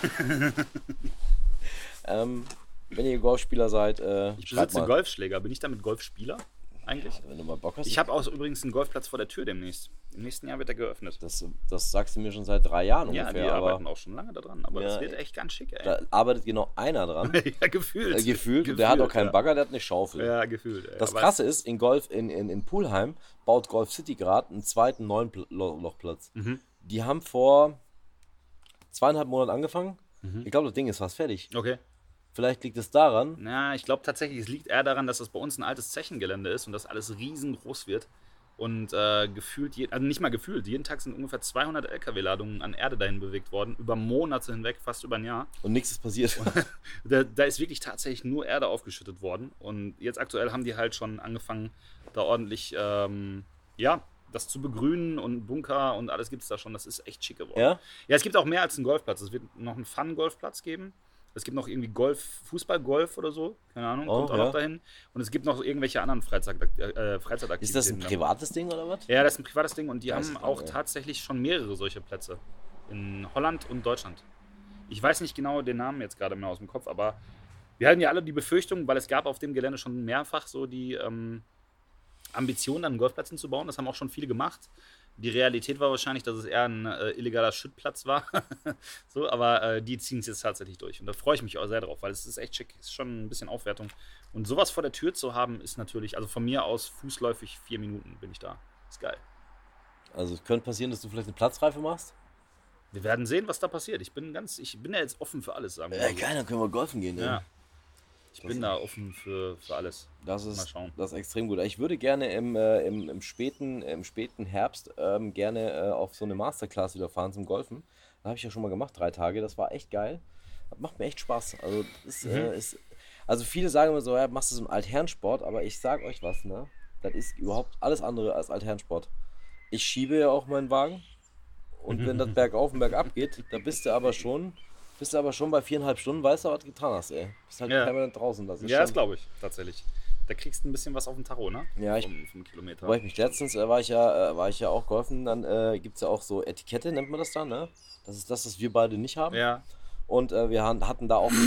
Wenn ihr Golfspieler seid, ich besitze Golfschläger. Bin ich damit Golfspieler eigentlich? Ja, wenn du mal Bock hast. Ich habe auch übrigens einen Golfplatz vor der Tür demnächst. Im nächsten Jahr wird er geöffnet. Das sagst du mir schon seit 3 Jahren ungefähr. Ja, die arbeiten auch schon lange daran, aber das wird echt ganz schick, ey. Da arbeitet genau einer dran. Ja, gefühlt. Gefühlt. Der hat auch keinen Bagger, der hat eine Schaufel. Ja, gefühlt. Ey. Das Krasse ist, in Pulheim baut Golf City gerade einen zweiten neuen Lochplatz. Die haben vor 2,5 Monaten angefangen. Ich glaube, das Ding ist fast fertig. Okay. Vielleicht liegt es daran. Na, ich glaube tatsächlich, es liegt eher daran, dass das bei uns ein altes Zechengelände ist und das alles riesengroß wird. Und gefühlt, nicht mal gefühlt, jeden Tag sind ungefähr 200 LKW-Ladungen an Erde dahin bewegt worden, über Monate hinweg, fast über ein Jahr. Und nichts ist passiert. Da ist wirklich tatsächlich nur Erde aufgeschüttet worden. Und jetzt aktuell haben die halt schon angefangen, da ordentlich, das zu begrünen und Bunker und alles gibt es da schon. Das ist echt schick geworden. Ja? Ja, es gibt auch mehr als einen Golfplatz. Es wird noch einen Fun-Golfplatz geben. Es gibt noch irgendwie Fußball-Golf oder so. Keine Ahnung, kommt auch noch dahin. Und es gibt noch irgendwelche anderen Freizeitaktivitäten. Ist das ein privates Ding oder was? Ja, das ist ein privates Ding und die haben auch tatsächlich schon mehrere solche Plätze. In Holland und Deutschland. Ich weiß nicht genau den Namen jetzt gerade mehr aus dem Kopf, aber wir hatten ja alle die Befürchtung, weil es gab auf dem Gelände schon mehrfach so die Ambition, dann einen Golfplatz hinzubauen. Das haben auch schon viele gemacht. Die Realität war wahrscheinlich, dass es eher ein illegaler Schüttplatz war. So, aber die ziehen es jetzt tatsächlich durch. Und da freue ich mich auch sehr drauf, weil es ist echt schick. Es ist schon ein bisschen Aufwertung. Und sowas vor der Tür zu haben, ist natürlich, also von mir aus fußläufig 4 Minuten bin ich da. Ist geil. Also es könnte passieren, dass du vielleicht eine Platzreife machst? Wir werden sehen, was da passiert. Ich bin ja jetzt offen für alles, sagen wir mal. Geil, dann können wir golfen gehen. Ja. Ich bin da offen für alles. Das Mal schauen. Das ist extrem gut. Ich würde gerne im späten Herbst gerne auf so eine Masterclass wieder fahren zum Golfen. Da habe ich ja schon mal gemacht, 3 Tage. Das war echt geil. Das macht mir echt Spaß. Also, also viele sagen immer so, ja, machst du so einen Altherrensport, aber ich sag euch was, ne? Das ist überhaupt alles andere als Altherrensport. Ich schiebe ja auch meinen Wagen und wenn das bergauf und bergab geht, da bist du aber schon bei 4,5 Stunden, weißt du, was du getan hast, ey. Bist halt permanent draußen. Das ist das glaube ich, tatsächlich. Da kriegst du ein bisschen was auf den Tacho, ne? Ja, vom Kilometer. Wobei ich mich letztens, war ich ja auch golfen, dann gibt es ja auch so Etikette, nennt man das dann, ne? Das ist das, was wir beide nicht haben. Ja. Und wir hatten da auch,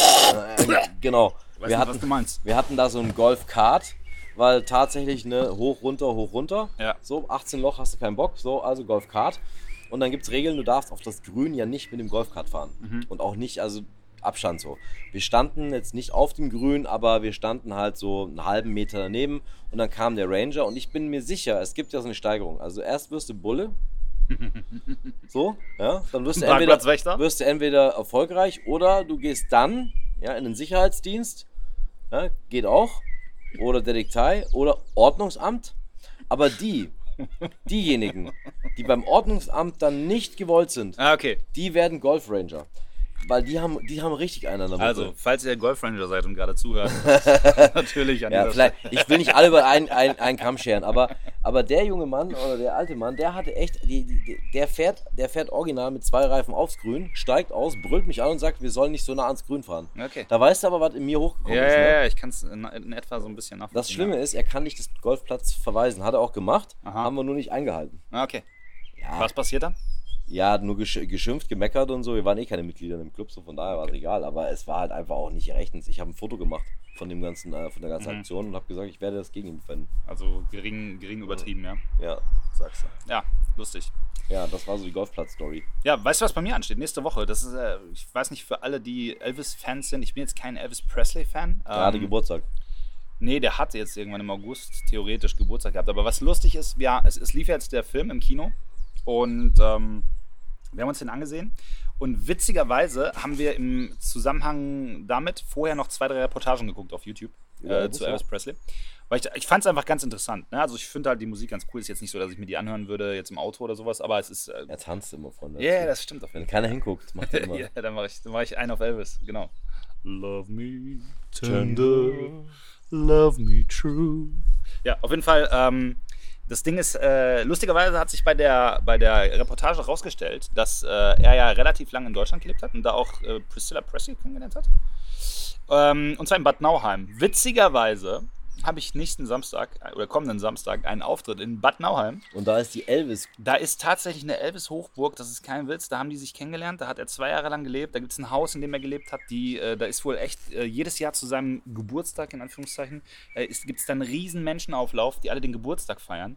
genau, Weiß nicht, was du meinst. Wir hatten da so ein Golf-Kart, weil tatsächlich, ne, hoch, runter, Ja. so 18 Loch hast du keinen Bock, so, also Golf-Kart. Und dann gibt es Regeln, du darfst auf das Grün ja nicht mit dem Golfkart fahren. Und auch nicht, also Abstand so. Wir standen jetzt nicht auf dem Grün, aber wir standen halt so einen halben Meter daneben und dann kam der Ranger und ich bin mir sicher, es gibt ja so eine Steigerung. Also erst wirst du Bulle, so, ja, dann wirst du entweder erfolgreich oder du gehst dann in den Sicherheitsdienst, ja, geht auch, oder Detektei oder Ordnungsamt, aber diejenigen, die beim Ordnungsamt dann nicht gewollt sind, die werden Golf Ranger. Weil die haben richtig einen an der Mucke. Also, falls ihr Golf Ranger seid und gerade zuhört, natürlich an ja, vielleicht, ich will nicht alle über einen Kamm scheren, aber der junge Mann oder der alte Mann, der hatte echt, der fährt original mit 2 Reifen aufs Grün, steigt aus, brüllt mich an und sagt, wir sollen nicht so nah ans Grün fahren. Okay. Da weißt du aber, was in mir hochgekommen ist. Ja, ich kann es in etwa so ein bisschen nachvollziehen. Das Schlimme ist, er kann nicht das Golfplatz verweisen. Hat er auch gemacht, Aha. haben wir nur nicht eingehalten. Okay. Ja. Was passiert dann? Ja, nur geschimpft, gemeckert und so. Wir waren keine Mitglieder im Club, so von daher war es egal. Aber es war halt einfach auch nicht rechtens. Ich habe ein Foto gemacht von der ganzen Aktion und habe gesagt, ich werde das gegen ihn verwenden. Also gering übertrieben, ja? Ja, sagst du. Ja, lustig. Ja, das war so die Golfplatz-Story. Ja, weißt du, was bei mir ansteht? Nächste Woche. Das ist, ich weiß nicht, für alle, die Elvis-Fans sind. Ich bin jetzt kein Elvis Presley-Fan. Er hatte Geburtstag. Nee, der hatte jetzt irgendwann im August theoretisch Geburtstag gehabt. Aber was lustig ist, ja, es lief jetzt der Film im Kino und wir haben uns den angesehen und witzigerweise haben wir im Zusammenhang damit vorher noch 2, 3 Reportagen geguckt auf YouTube zu Elvis Presley. Weil ich fand es einfach ganz interessant. Ne? Also ich finde halt die Musik ganz cool. Ist jetzt nicht so, dass ich mir die anhören würde jetzt im Auto oder sowas, aber es ist... er tanzt immer von. Ja, das stimmt auf jeden Fall. Wenn keiner hinguckt, macht er immer. Ja, dann mach ich einen auf Elvis, genau. Love me tender, love me true. Ja, auf jeden Fall... das Ding ist, lustigerweise hat sich bei der Reportage herausgestellt, dass er ja relativ lange in Deutschland gelebt hat und da auch Priscilla Presley kennengelernt hat. Und zwar in Bad Nauheim. Witzigerweise habe ich kommenden Samstag einen Auftritt in Bad Nauheim. Und da ist die Elvis. Da ist tatsächlich eine Elvis-Hochburg, das ist kein Witz. Da haben die sich kennengelernt, da hat er 2 Jahre lang gelebt. Da gibt es ein Haus, in dem er gelebt hat. Da ist wohl echt jedes Jahr zu seinem Geburtstag, in Anführungszeichen, gibt es dann einen riesen Menschenauflauf, die alle den Geburtstag feiern.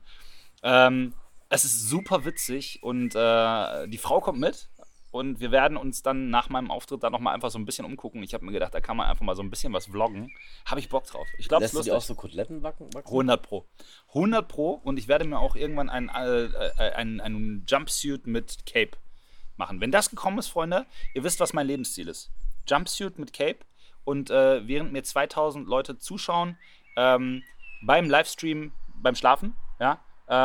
Es ist super witzig und die Frau kommt mit. Und wir werden uns dann nach meinem Auftritt da nochmal einfach so ein bisschen umgucken. Ich habe mir gedacht, da kann man einfach mal so ein bisschen was vloggen. Habe ich Bock drauf. Ich glaube, es ist lustig. Lässt du die auch so Koteletten wachsen? 100 Pro. 100 Pro. Und ich werde mir auch irgendwann einen Jumpsuit mit Cape machen. Wenn das gekommen ist, Freunde, ihr wisst, was mein Lebensziel ist. Jumpsuit mit Cape. Und während mir 2000 Leute zuschauen, beim Livestream, beim Schlafen, ja,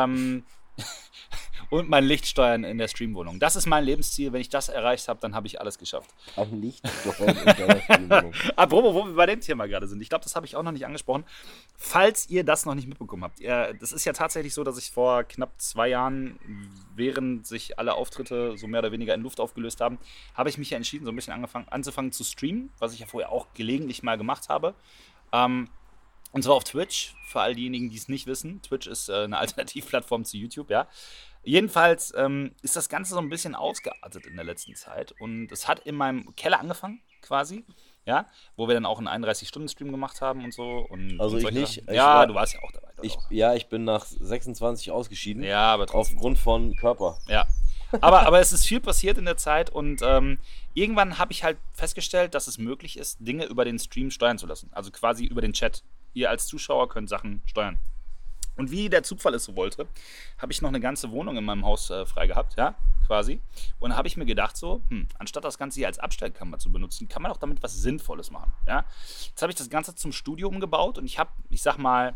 und mein Licht steuern in der Streamwohnung. Das ist mein Lebensziel. Wenn ich das erreicht habe, dann habe ich alles geschafft. Am Licht steuern in der Streamwohnung. Apropos, wo wir bei dem Thema gerade sind. Ich glaube, das habe ich auch noch nicht angesprochen. Falls ihr das noch nicht mitbekommen habt. Das ist ja tatsächlich so, dass ich vor knapp 2 Jahren, während sich alle Auftritte so mehr oder weniger in Luft aufgelöst haben, habe ich mich ja entschieden, so ein bisschen anzufangen zu streamen, was ich ja vorher auch gelegentlich mal gemacht habe. Und zwar auf Twitch, für all diejenigen, die es nicht wissen. Twitch ist eine Alternativplattform zu YouTube, ja. Jedenfalls ist das Ganze so ein bisschen ausgeartet in der letzten Zeit. Und es hat in meinem Keller angefangen, quasi, ja, wo wir dann auch einen 31-Stunden-Stream gemacht haben und so. Also ich nicht. Ja, du warst ja auch dabei. Ich bin nach 26 ausgeschieden. Ja, aber trotzdem. Aufgrund von Körper. Ja. Aber es ist viel passiert in der Zeit und irgendwann habe ich halt festgestellt, dass es möglich ist, Dinge über den Stream steuern zu lassen. Also quasi über den Chat. Ihr als Zuschauer könnt Sachen steuern. Und wie der Zufall es so wollte, habe ich noch eine ganze Wohnung in meinem Haus frei gehabt, ja, quasi. Und da habe ich mir gedacht so, anstatt das Ganze hier als Abstellkammer zu benutzen, kann man auch damit was Sinnvolles machen, ja. Jetzt habe ich das Ganze zum Studio umgebaut und ich habe, ich sag mal,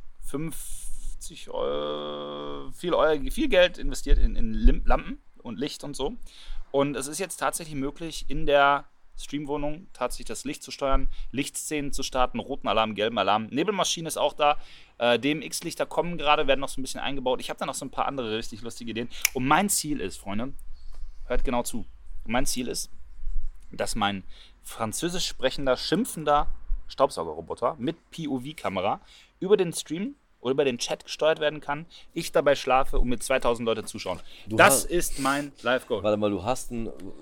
50 Euro, viel Geld investiert in Lampen und Licht und so. Und es ist jetzt tatsächlich möglich, in der Streamwohnung tatsächlich das Licht zu steuern, Lichtszenen zu starten, roten Alarm, gelben Alarm. Nebelmaschine ist auch da. DMX-Lichter kommen gerade, werden noch so ein bisschen eingebaut. Ich habe da noch so ein paar andere richtig lustige Ideen. Und mein Ziel ist, Freunde, hört genau zu, mein Ziel ist, dass mein französisch sprechender, schimpfender Staubsaugerroboter mit POV-Kamera über den Stream oder über den Chat gesteuert werden kann, ich dabei schlafe und mir 2000 Leute zuschauen. Das ist mein Live-Goal. Warte mal, du hast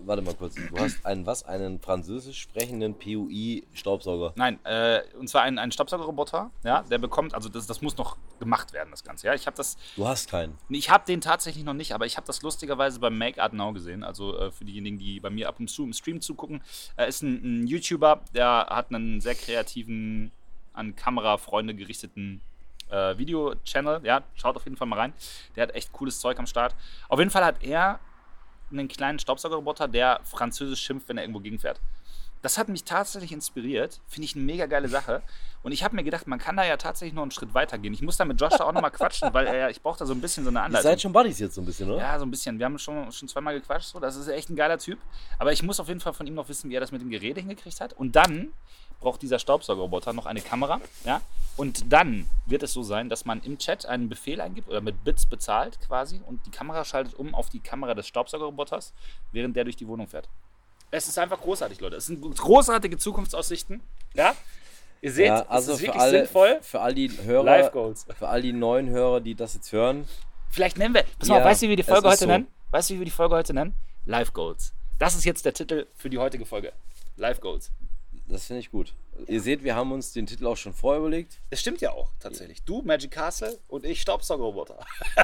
einen französisch sprechenden POI-Staubsauger. Nein, und zwar einen Staubsaugerroboter, ja, der bekommt, also das muss noch gemacht werden, das Ganze. Ja, Du hast keinen. Ich habe den tatsächlich noch nicht, aber ich habe das lustigerweise beim Make Art Now gesehen. Also für diejenigen, die bei mir ab und zu im Stream zugucken. Er ist ein YouTuber, der hat einen sehr kreativen, an Kamerafreunde gerichteten Video-Channel. Ja, schaut auf jeden Fall mal rein. Der hat echt cooles Zeug am Start. Auf jeden Fall hat er einen kleinen Staubsaugerroboter, der französisch schimpft, wenn er irgendwo gegenfährt. Das hat mich tatsächlich inspiriert. Finde ich eine mega geile Sache. Und ich habe mir gedacht, man kann da ja tatsächlich noch einen Schritt weiter gehen. Ich muss da mit Josh da auch nochmal quatschen, weil ich brauche da so ein bisschen so eine Anleitung. Ihr seid schon Buddies jetzt so ein bisschen, oder? Ja, so ein bisschen. Wir haben schon zweimal gequatscht. So. Das ist echt ein geiler Typ. Aber ich muss auf jeden Fall von ihm noch wissen, wie er das mit dem Gerät hingekriegt hat. Und dann braucht dieser Staubsaugerroboter noch eine Kamera. Ja? Und dann wird es so sein, dass man im Chat einen Befehl eingibt oder mit Bits bezahlt quasi. Und die Kamera schaltet um auf die Kamera des Staubsaugerroboters, während der durch die Wohnung fährt. Es ist einfach großartig, Leute. Es sind großartige Zukunftsaussichten. Ja? Ihr seht, ja, also es ist wirklich sinnvoll. Für all die Hörer, Live Goals. Für all die neuen Hörer, die das jetzt hören. Vielleicht nennen wir, pass mal, weißt du, wie wir die Folge heute nennen? Weißt du, wie wir die Folge heute nennen? Live Goals. Das ist jetzt der Titel für die heutige Folge. Live Goals. Das finde ich gut. Ihr seht, wir haben uns den Titel auch schon vorher überlegt. Es stimmt ja auch, tatsächlich. Du, Magic Castle und ich, Staubsaugerroboter.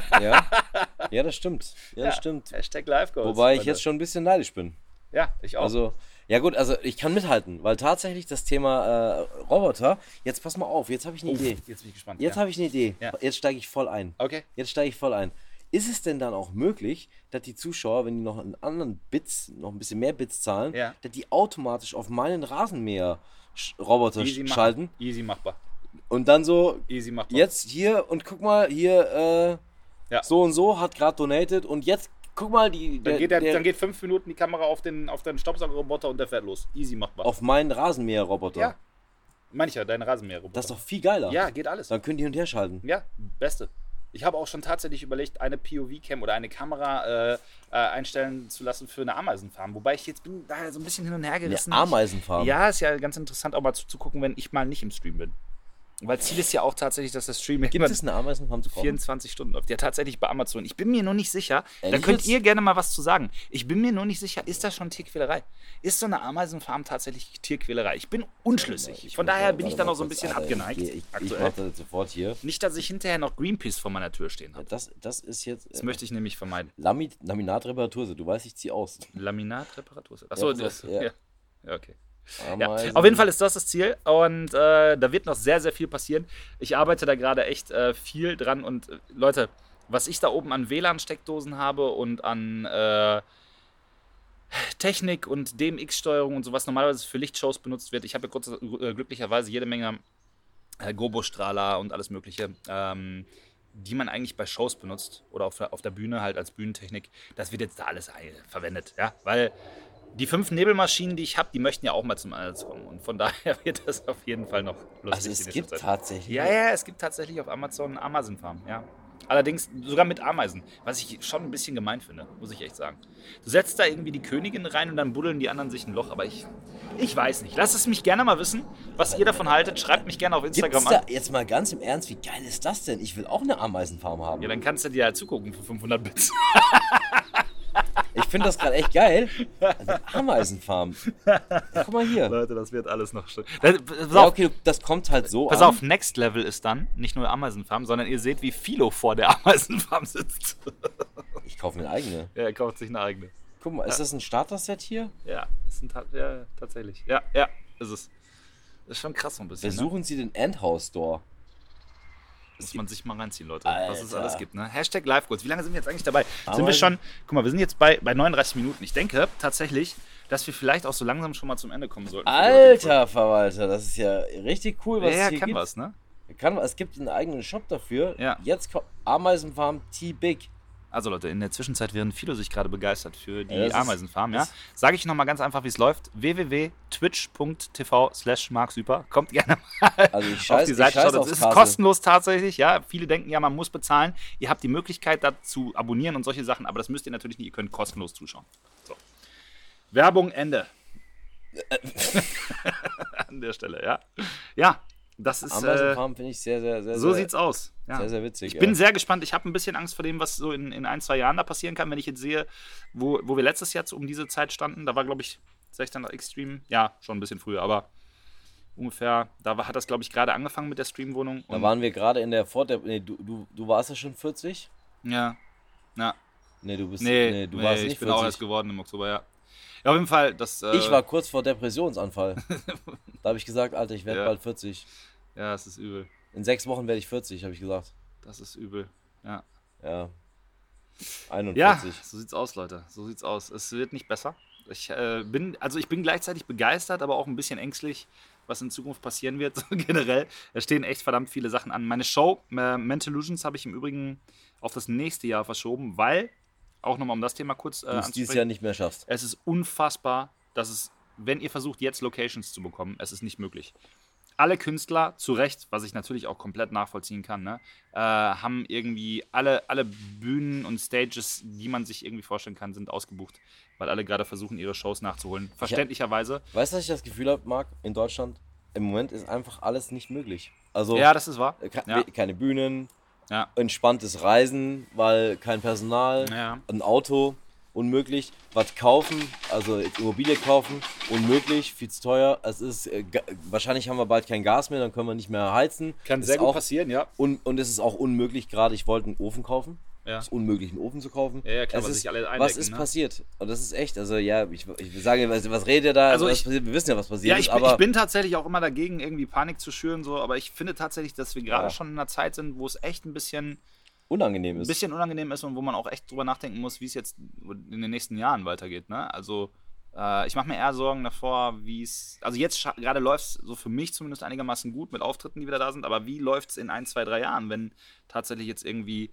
Ja, das stimmt. Ja, das stimmt. Hashtag Live Goals. Wobei ich jetzt schon ein bisschen neidisch bin. Ja, ich auch. Also, ja gut, also ich kann mithalten, weil tatsächlich das Thema Roboter, jetzt pass mal auf, jetzt habe ich eine Idee. Jetzt bin ich gespannt. Jetzt habe ich eine Idee. Ja. Jetzt steige ich voll ein. Okay. Jetzt steige ich voll ein. Ist es denn dann auch möglich, dass die Zuschauer, wenn die noch einen anderen Bits, noch ein bisschen mehr Bits zahlen, dass die automatisch auf meinen Rasenmäher-Roboter schalten? Easy machbar. Und dann so, easy machbar. Jetzt hier und guck mal, hier so und so hat gerade donated und jetzt guck mal, dann geht 5 Minuten die Kamera auf den Staubsaugerroboter und der fährt los. Easy machbar. Auf meinen Rasenmäher-Roboter. Ja. Mancher, dein Rasenmäher-Roboter. Das ist doch viel geiler. Ja, geht alles. Dann können die hin und her schalten. Ja, beste. Ich habe auch schon tatsächlich überlegt, eine POV-Cam oder eine Kamera einstellen zu lassen für eine Ameisenfarm. Wobei ich jetzt bin da so ein bisschen hin und her gerissen. Eine Ameisenfarm? Ja, ist ja ganz interessant, auch mal zuzugucken, wenn ich mal nicht im Stream bin. Weil Ziel ist ja auch tatsächlich, dass das Stream Gibt es eine Ameisenfarm zu kaufen? 24 Stunden läuft. Ja, tatsächlich bei Amazon. Ich bin mir nur nicht sicher, Ehrlich da könnt jetzt? ihr gerne mal was zu sagen. Ich bin mir nur nicht sicher, ist das schon Tierquälerei? Ist so eine Ameisenfarm tatsächlich Tierquälerei? Ich bin unschlüssig. Von daher bin ich da noch so ein bisschen abgeneigt. Ich mache das sofort hier. Nicht, dass ich hinterher noch Greenpeace vor meiner Tür stehen habe. Das ist jetzt... Das möchte ich nämlich vermeiden. Laminatreparatur, du weißt, ich ziehe aus. Laminatreparatur? Achso, ja, okay. Ja, auf jeden Fall ist das Ziel und da wird noch sehr, sehr viel passieren. Ich arbeite da gerade echt viel dran und Leute, was ich da oben an WLAN-Steckdosen habe und an Technik und DMX-Steuerung und sowas normalerweise für Lichtshows benutzt wird. Ich habe ja glücklicherweise jede Menge Gobo-Strahler und alles mögliche, die man eigentlich bei Shows benutzt oder auf der Bühne halt als Bühnentechnik. Das wird jetzt da alles verwendet, ja, weil die 5 Nebelmaschinen, die ich habe, die möchten ja auch mal zum Einsatz kommen. Und von daher wird das auf jeden Fall noch lustig. Also es gibt tatsächlich... Ja, es gibt tatsächlich auf Amazon eine Ameisenfarm, ja. Allerdings sogar mit Ameisen, was ich schon ein bisschen gemein finde, muss ich echt sagen. Du setzt da irgendwie die Königin rein und dann buddeln die anderen sich ein Loch, aber ich weiß nicht. Lasst es mich gerne mal wissen, was ihr davon haltet. Schreibt mich gerne auf Instagram an. Jetzt mal ganz im Ernst, wie geil ist das denn? Ich will auch eine Ameisenfarm haben. Ja, dann kannst du dir halt zugucken für 500 Bits. Ich finde das gerade echt geil. Eine Ameisenfarm. Guck mal hier. Leute, das wird alles noch schön. Ja, okay, das kommt halt so Pass auf, Next Level ist dann nicht nur Ameisenfarm, sondern ihr seht, wie Philo vor der Ameisenfarm sitzt. Ich kaufe mir eine eigene. Ja, er kauft sich eine eigene. Guck mal, ist das ein Starter-Set hier? Ja, tatsächlich. Ja, ist es. Das ist schon krass so ein bisschen. Besuchen Sie den Endhouse Store. Muss man sich mal reinziehen, Leute, Alter. was es alles gibt. Ne? Hashtag LiveGoals. Wie lange sind wir jetzt eigentlich dabei? Sind wir schon, guck mal, wir sind jetzt bei 39 Minuten. Ich denke tatsächlich, dass wir vielleicht auch so langsam schon mal zum Ende kommen sollten. Alter Verwalter, das ist ja richtig cool, was es hier kann gibt. Was, ne? Es gibt einen eigenen Shop dafür. Ja. Jetzt kommt Ameisenfarm T-Big. Also Leute, in der Zwischenzeit, während Philo sich gerade begeistert für die Ja, Ameisenfarm, sage ich nochmal ganz einfach, wie es läuft. www.twitch.tv/marksuper. Kommt gerne mal Also auf die Seite. Schaut, das ist kostenlos tatsächlich. Ja, viele denken ja, man muss bezahlen. Ihr habt die Möglichkeit, da zu abonnieren und solche Sachen, aber das müsst ihr natürlich nicht. Ihr könnt kostenlos zuschauen. So. Werbung, Ende. An der Stelle, ja. Ja, das ist... Ameisenfarm finde ich sehr, sehr, sehr, so sehr, sieht's aus. Ja. sehr, sehr witzig. Ich bin sehr gespannt. Ich habe ein bisschen Angst vor dem, was so in 1-2 Jahren da passieren kann, wenn ich jetzt sehe, wo wir letztes Jahr um diese Zeit standen. Da war, glaube ich, 16 Extreme. Ja, schon ein bisschen früher, aber ungefähr, hat das, glaube ich, gerade angefangen mit der Streamwohnung. Da waren wir gerade in der du warst ja schon 40? Ja. Ja. Nee, du bist. Nee, du warst nicht 40. Ich bin auch erst geworden im Oktober, ja. Ja, auf jeden Fall, ich war kurz vor Depressionsanfall. Da habe ich gesagt, Alter, ich werde bald 40. Ja, das ist übel. In 6 Wochen werde ich 40, habe ich gesagt. Das ist übel, ja. Ja. 41. Ja, so sieht's aus, Leute. So sieht's aus. Es wird nicht besser. Ich bin gleichzeitig begeistert, aber auch ein bisschen ängstlich, was in Zukunft passieren wird. So generell. Da stehen echt verdammt viele Sachen an. Meine Show, Mentallusions, habe ich im Übrigen auf das nächste Jahr verschoben, weil, auch nochmal um das Thema kurz du es dieses Jahr nicht mehr schaffst. Es ist unfassbar, dass es, wenn ihr versucht, jetzt Locations zu bekommen, es ist nicht möglich. Alle Künstler, zu Recht, was ich natürlich auch komplett nachvollziehen kann, ne, haben irgendwie alle Bühnen und Stages, die man sich irgendwie vorstellen kann, sind ausgebucht, weil alle gerade versuchen, ihre Shows nachzuholen. Verständlicherweise. Weißt du, was ich das Gefühl habe, Marc? In Deutschland, im Moment ist einfach alles nicht möglich. Also, ja, das ist wahr. Keine Bühnen, ja. Entspanntes Reisen, weil kein Personal, ein Auto, unmöglich. Was kaufen, also Immobilie kaufen, unmöglich, viel zu teuer. Es ist, wahrscheinlich haben wir bald kein Gas mehr, dann können wir nicht mehr heizen. Kann sehr gut passieren, ja. Und es ist auch unmöglich, gerade ich wollte einen Ofen kaufen. Ja. Es ist unmöglich, einen Ofen zu kaufen. Ja, klar, sich alle eindecken, was ist passiert? Und das ist echt, also ja, ich sage, was redet ihr da? Also wir wissen ja, was passiert ist. Ich bin tatsächlich auch immer dagegen, irgendwie Panik zu schüren, so, aber ich finde tatsächlich, dass wir gerade schon in einer Zeit sind, wo es echt ein bisschen unangenehm ist. Und wo man auch echt drüber nachdenken muss, wie es jetzt in den nächsten Jahren weitergeht. Ne? Also ich mache mir eher Sorgen davor, wie es, also jetzt gerade läuft es so für mich zumindest einigermaßen gut mit Auftritten, die wieder da sind, aber wie läuft es in 1, 2, 3 Jahren, wenn tatsächlich jetzt irgendwie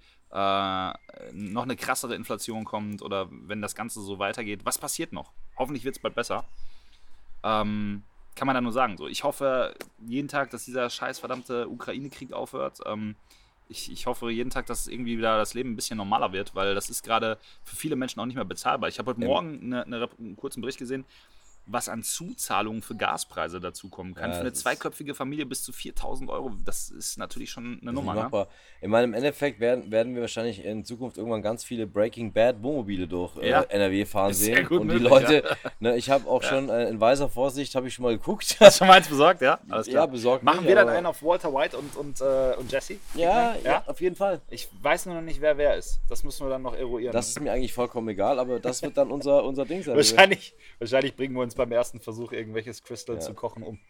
noch eine krassere Inflation kommt oder wenn das Ganze so weitergeht. Was passiert noch? Hoffentlich wird es bald besser. Kann man da nur sagen. So. Ich hoffe jeden Tag, dass dieser scheiß verdammte Ukraine-Krieg aufhört. Ich hoffe jeden Tag, dass irgendwie wieder das Leben ein bisschen normaler wird, weil das ist gerade für viele Menschen auch nicht mehr bezahlbar. Ich habe heute Morgen einen kurzen Bericht gesehen, was an Zuzahlungen für Gaspreise dazukommen kann. Für eine zweiköpfige Familie bis zu 4.000 €. Das ist natürlich schon eine Nummer. Ne? Ich meine, im Endeffekt werden wir wahrscheinlich in Zukunft irgendwann ganz viele Breaking Bad Wohnmobile durch NRW fahren sehen. Und die Leute, ne, ich habe auch schon in weiser Vorsicht, habe ich schon mal geguckt. Hast du schon mal eins besorgt, ja? Alles klar. Ja, besorgt. Machen wir dann einen auf Walter White und Jesse? Ja, auf jeden Fall. Ich weiß nur noch nicht, wer ist. Das müssen wir dann noch eruieren. Das ist mir eigentlich vollkommen egal, aber das wird dann unser Ding sein. Wahrscheinlich bringen wir uns beim ersten Versuch, irgendwelches Crystal zu kochen, um.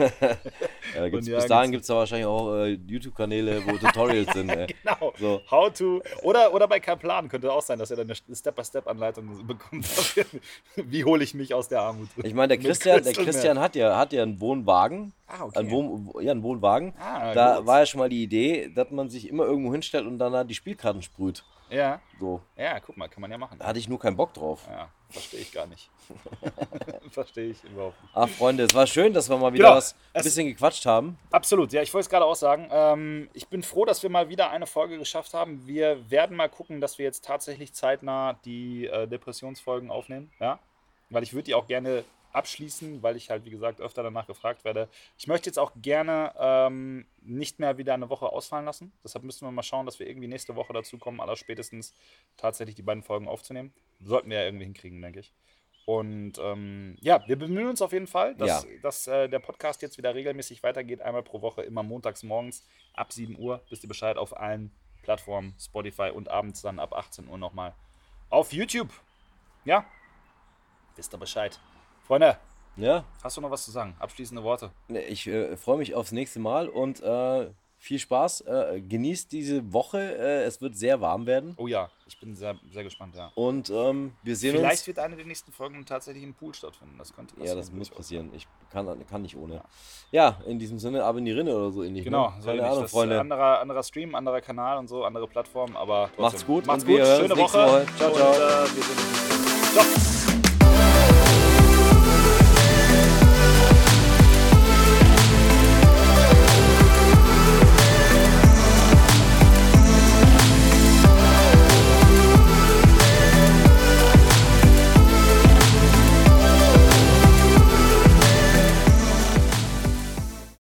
Bis dahin gibt es da wahrscheinlich auch YouTube-Kanäle, wo Tutorials sind. Genau. So. How to. Oder bei kein Plan könnte auch sein, dass er dann eine Step-by-Step-Anleitung bekommt. Wie hole ich mich aus der Armut? Ich meine, der Christian hat ja einen Wohnwagen. Ah, okay. Einen Wohnwagen. Da gut. War ja schon mal die Idee, dass man sich immer irgendwo hinstellt und dann die Spielkarten sprüht. Ja. So. Ja, guck mal, kann man ja machen. Da hatte ich nur keinen Bock drauf. Ja, verstehe ich gar nicht. Verstehe ich überhaupt nicht. Ach, Freunde, es war schön, dass wir mal wieder ein bisschen gequatscht haben. Absolut, ja, ich wollte es gerade auch sagen. Ich bin froh, dass wir mal wieder eine Folge geschafft haben. Wir werden mal gucken, dass wir jetzt tatsächlich zeitnah die Depressionsfolgen aufnehmen. Ja? Weil ich würde die auch gerne abschließen, weil ich halt, wie gesagt, öfter danach gefragt werde. Ich möchte jetzt auch gerne nicht mehr wieder eine Woche ausfallen lassen. Deshalb müssen wir mal schauen, dass wir irgendwie nächste Woche dazu kommen, allerspätestens tatsächlich die beiden Folgen aufzunehmen. Sollten wir ja irgendwie hinkriegen, denke ich. Und wir bemühen uns auf jeden Fall, dass der Podcast jetzt wieder regelmäßig weitergeht. Einmal pro Woche, immer montags morgens ab 7 Uhr. Wisst ihr Bescheid, auf allen Plattformen, Spotify und abends dann ab 18 Uhr nochmal auf YouTube. Ja, wisst ihr Bescheid. Freunde, hast du noch was zu sagen? Abschließende Worte. Ich freue mich aufs nächste Mal und Viel Spaß. Genießt diese Woche. Es wird sehr warm werden. Oh ja, ich bin sehr, sehr gespannt, ja. Und wir sehen uns. Vielleicht wird eine der nächsten Folgen tatsächlich im Pool stattfinden. Das könnte passieren. Ja, das muss passieren. Ich kann nicht ohne. Ja, in diesem Sinne, ab in die Rinne oder so ähnlich. Genau, ne? so Keine ähnlich. Ahnung, Das Freunde. Anderer Stream, anderer Kanal und so, andere Plattform, aber trotzdem. Macht's gut. Macht's und wir gut, hören schöne uns nächste Woche. Ciao, ciao. Und, wir sehen uns. Ciao.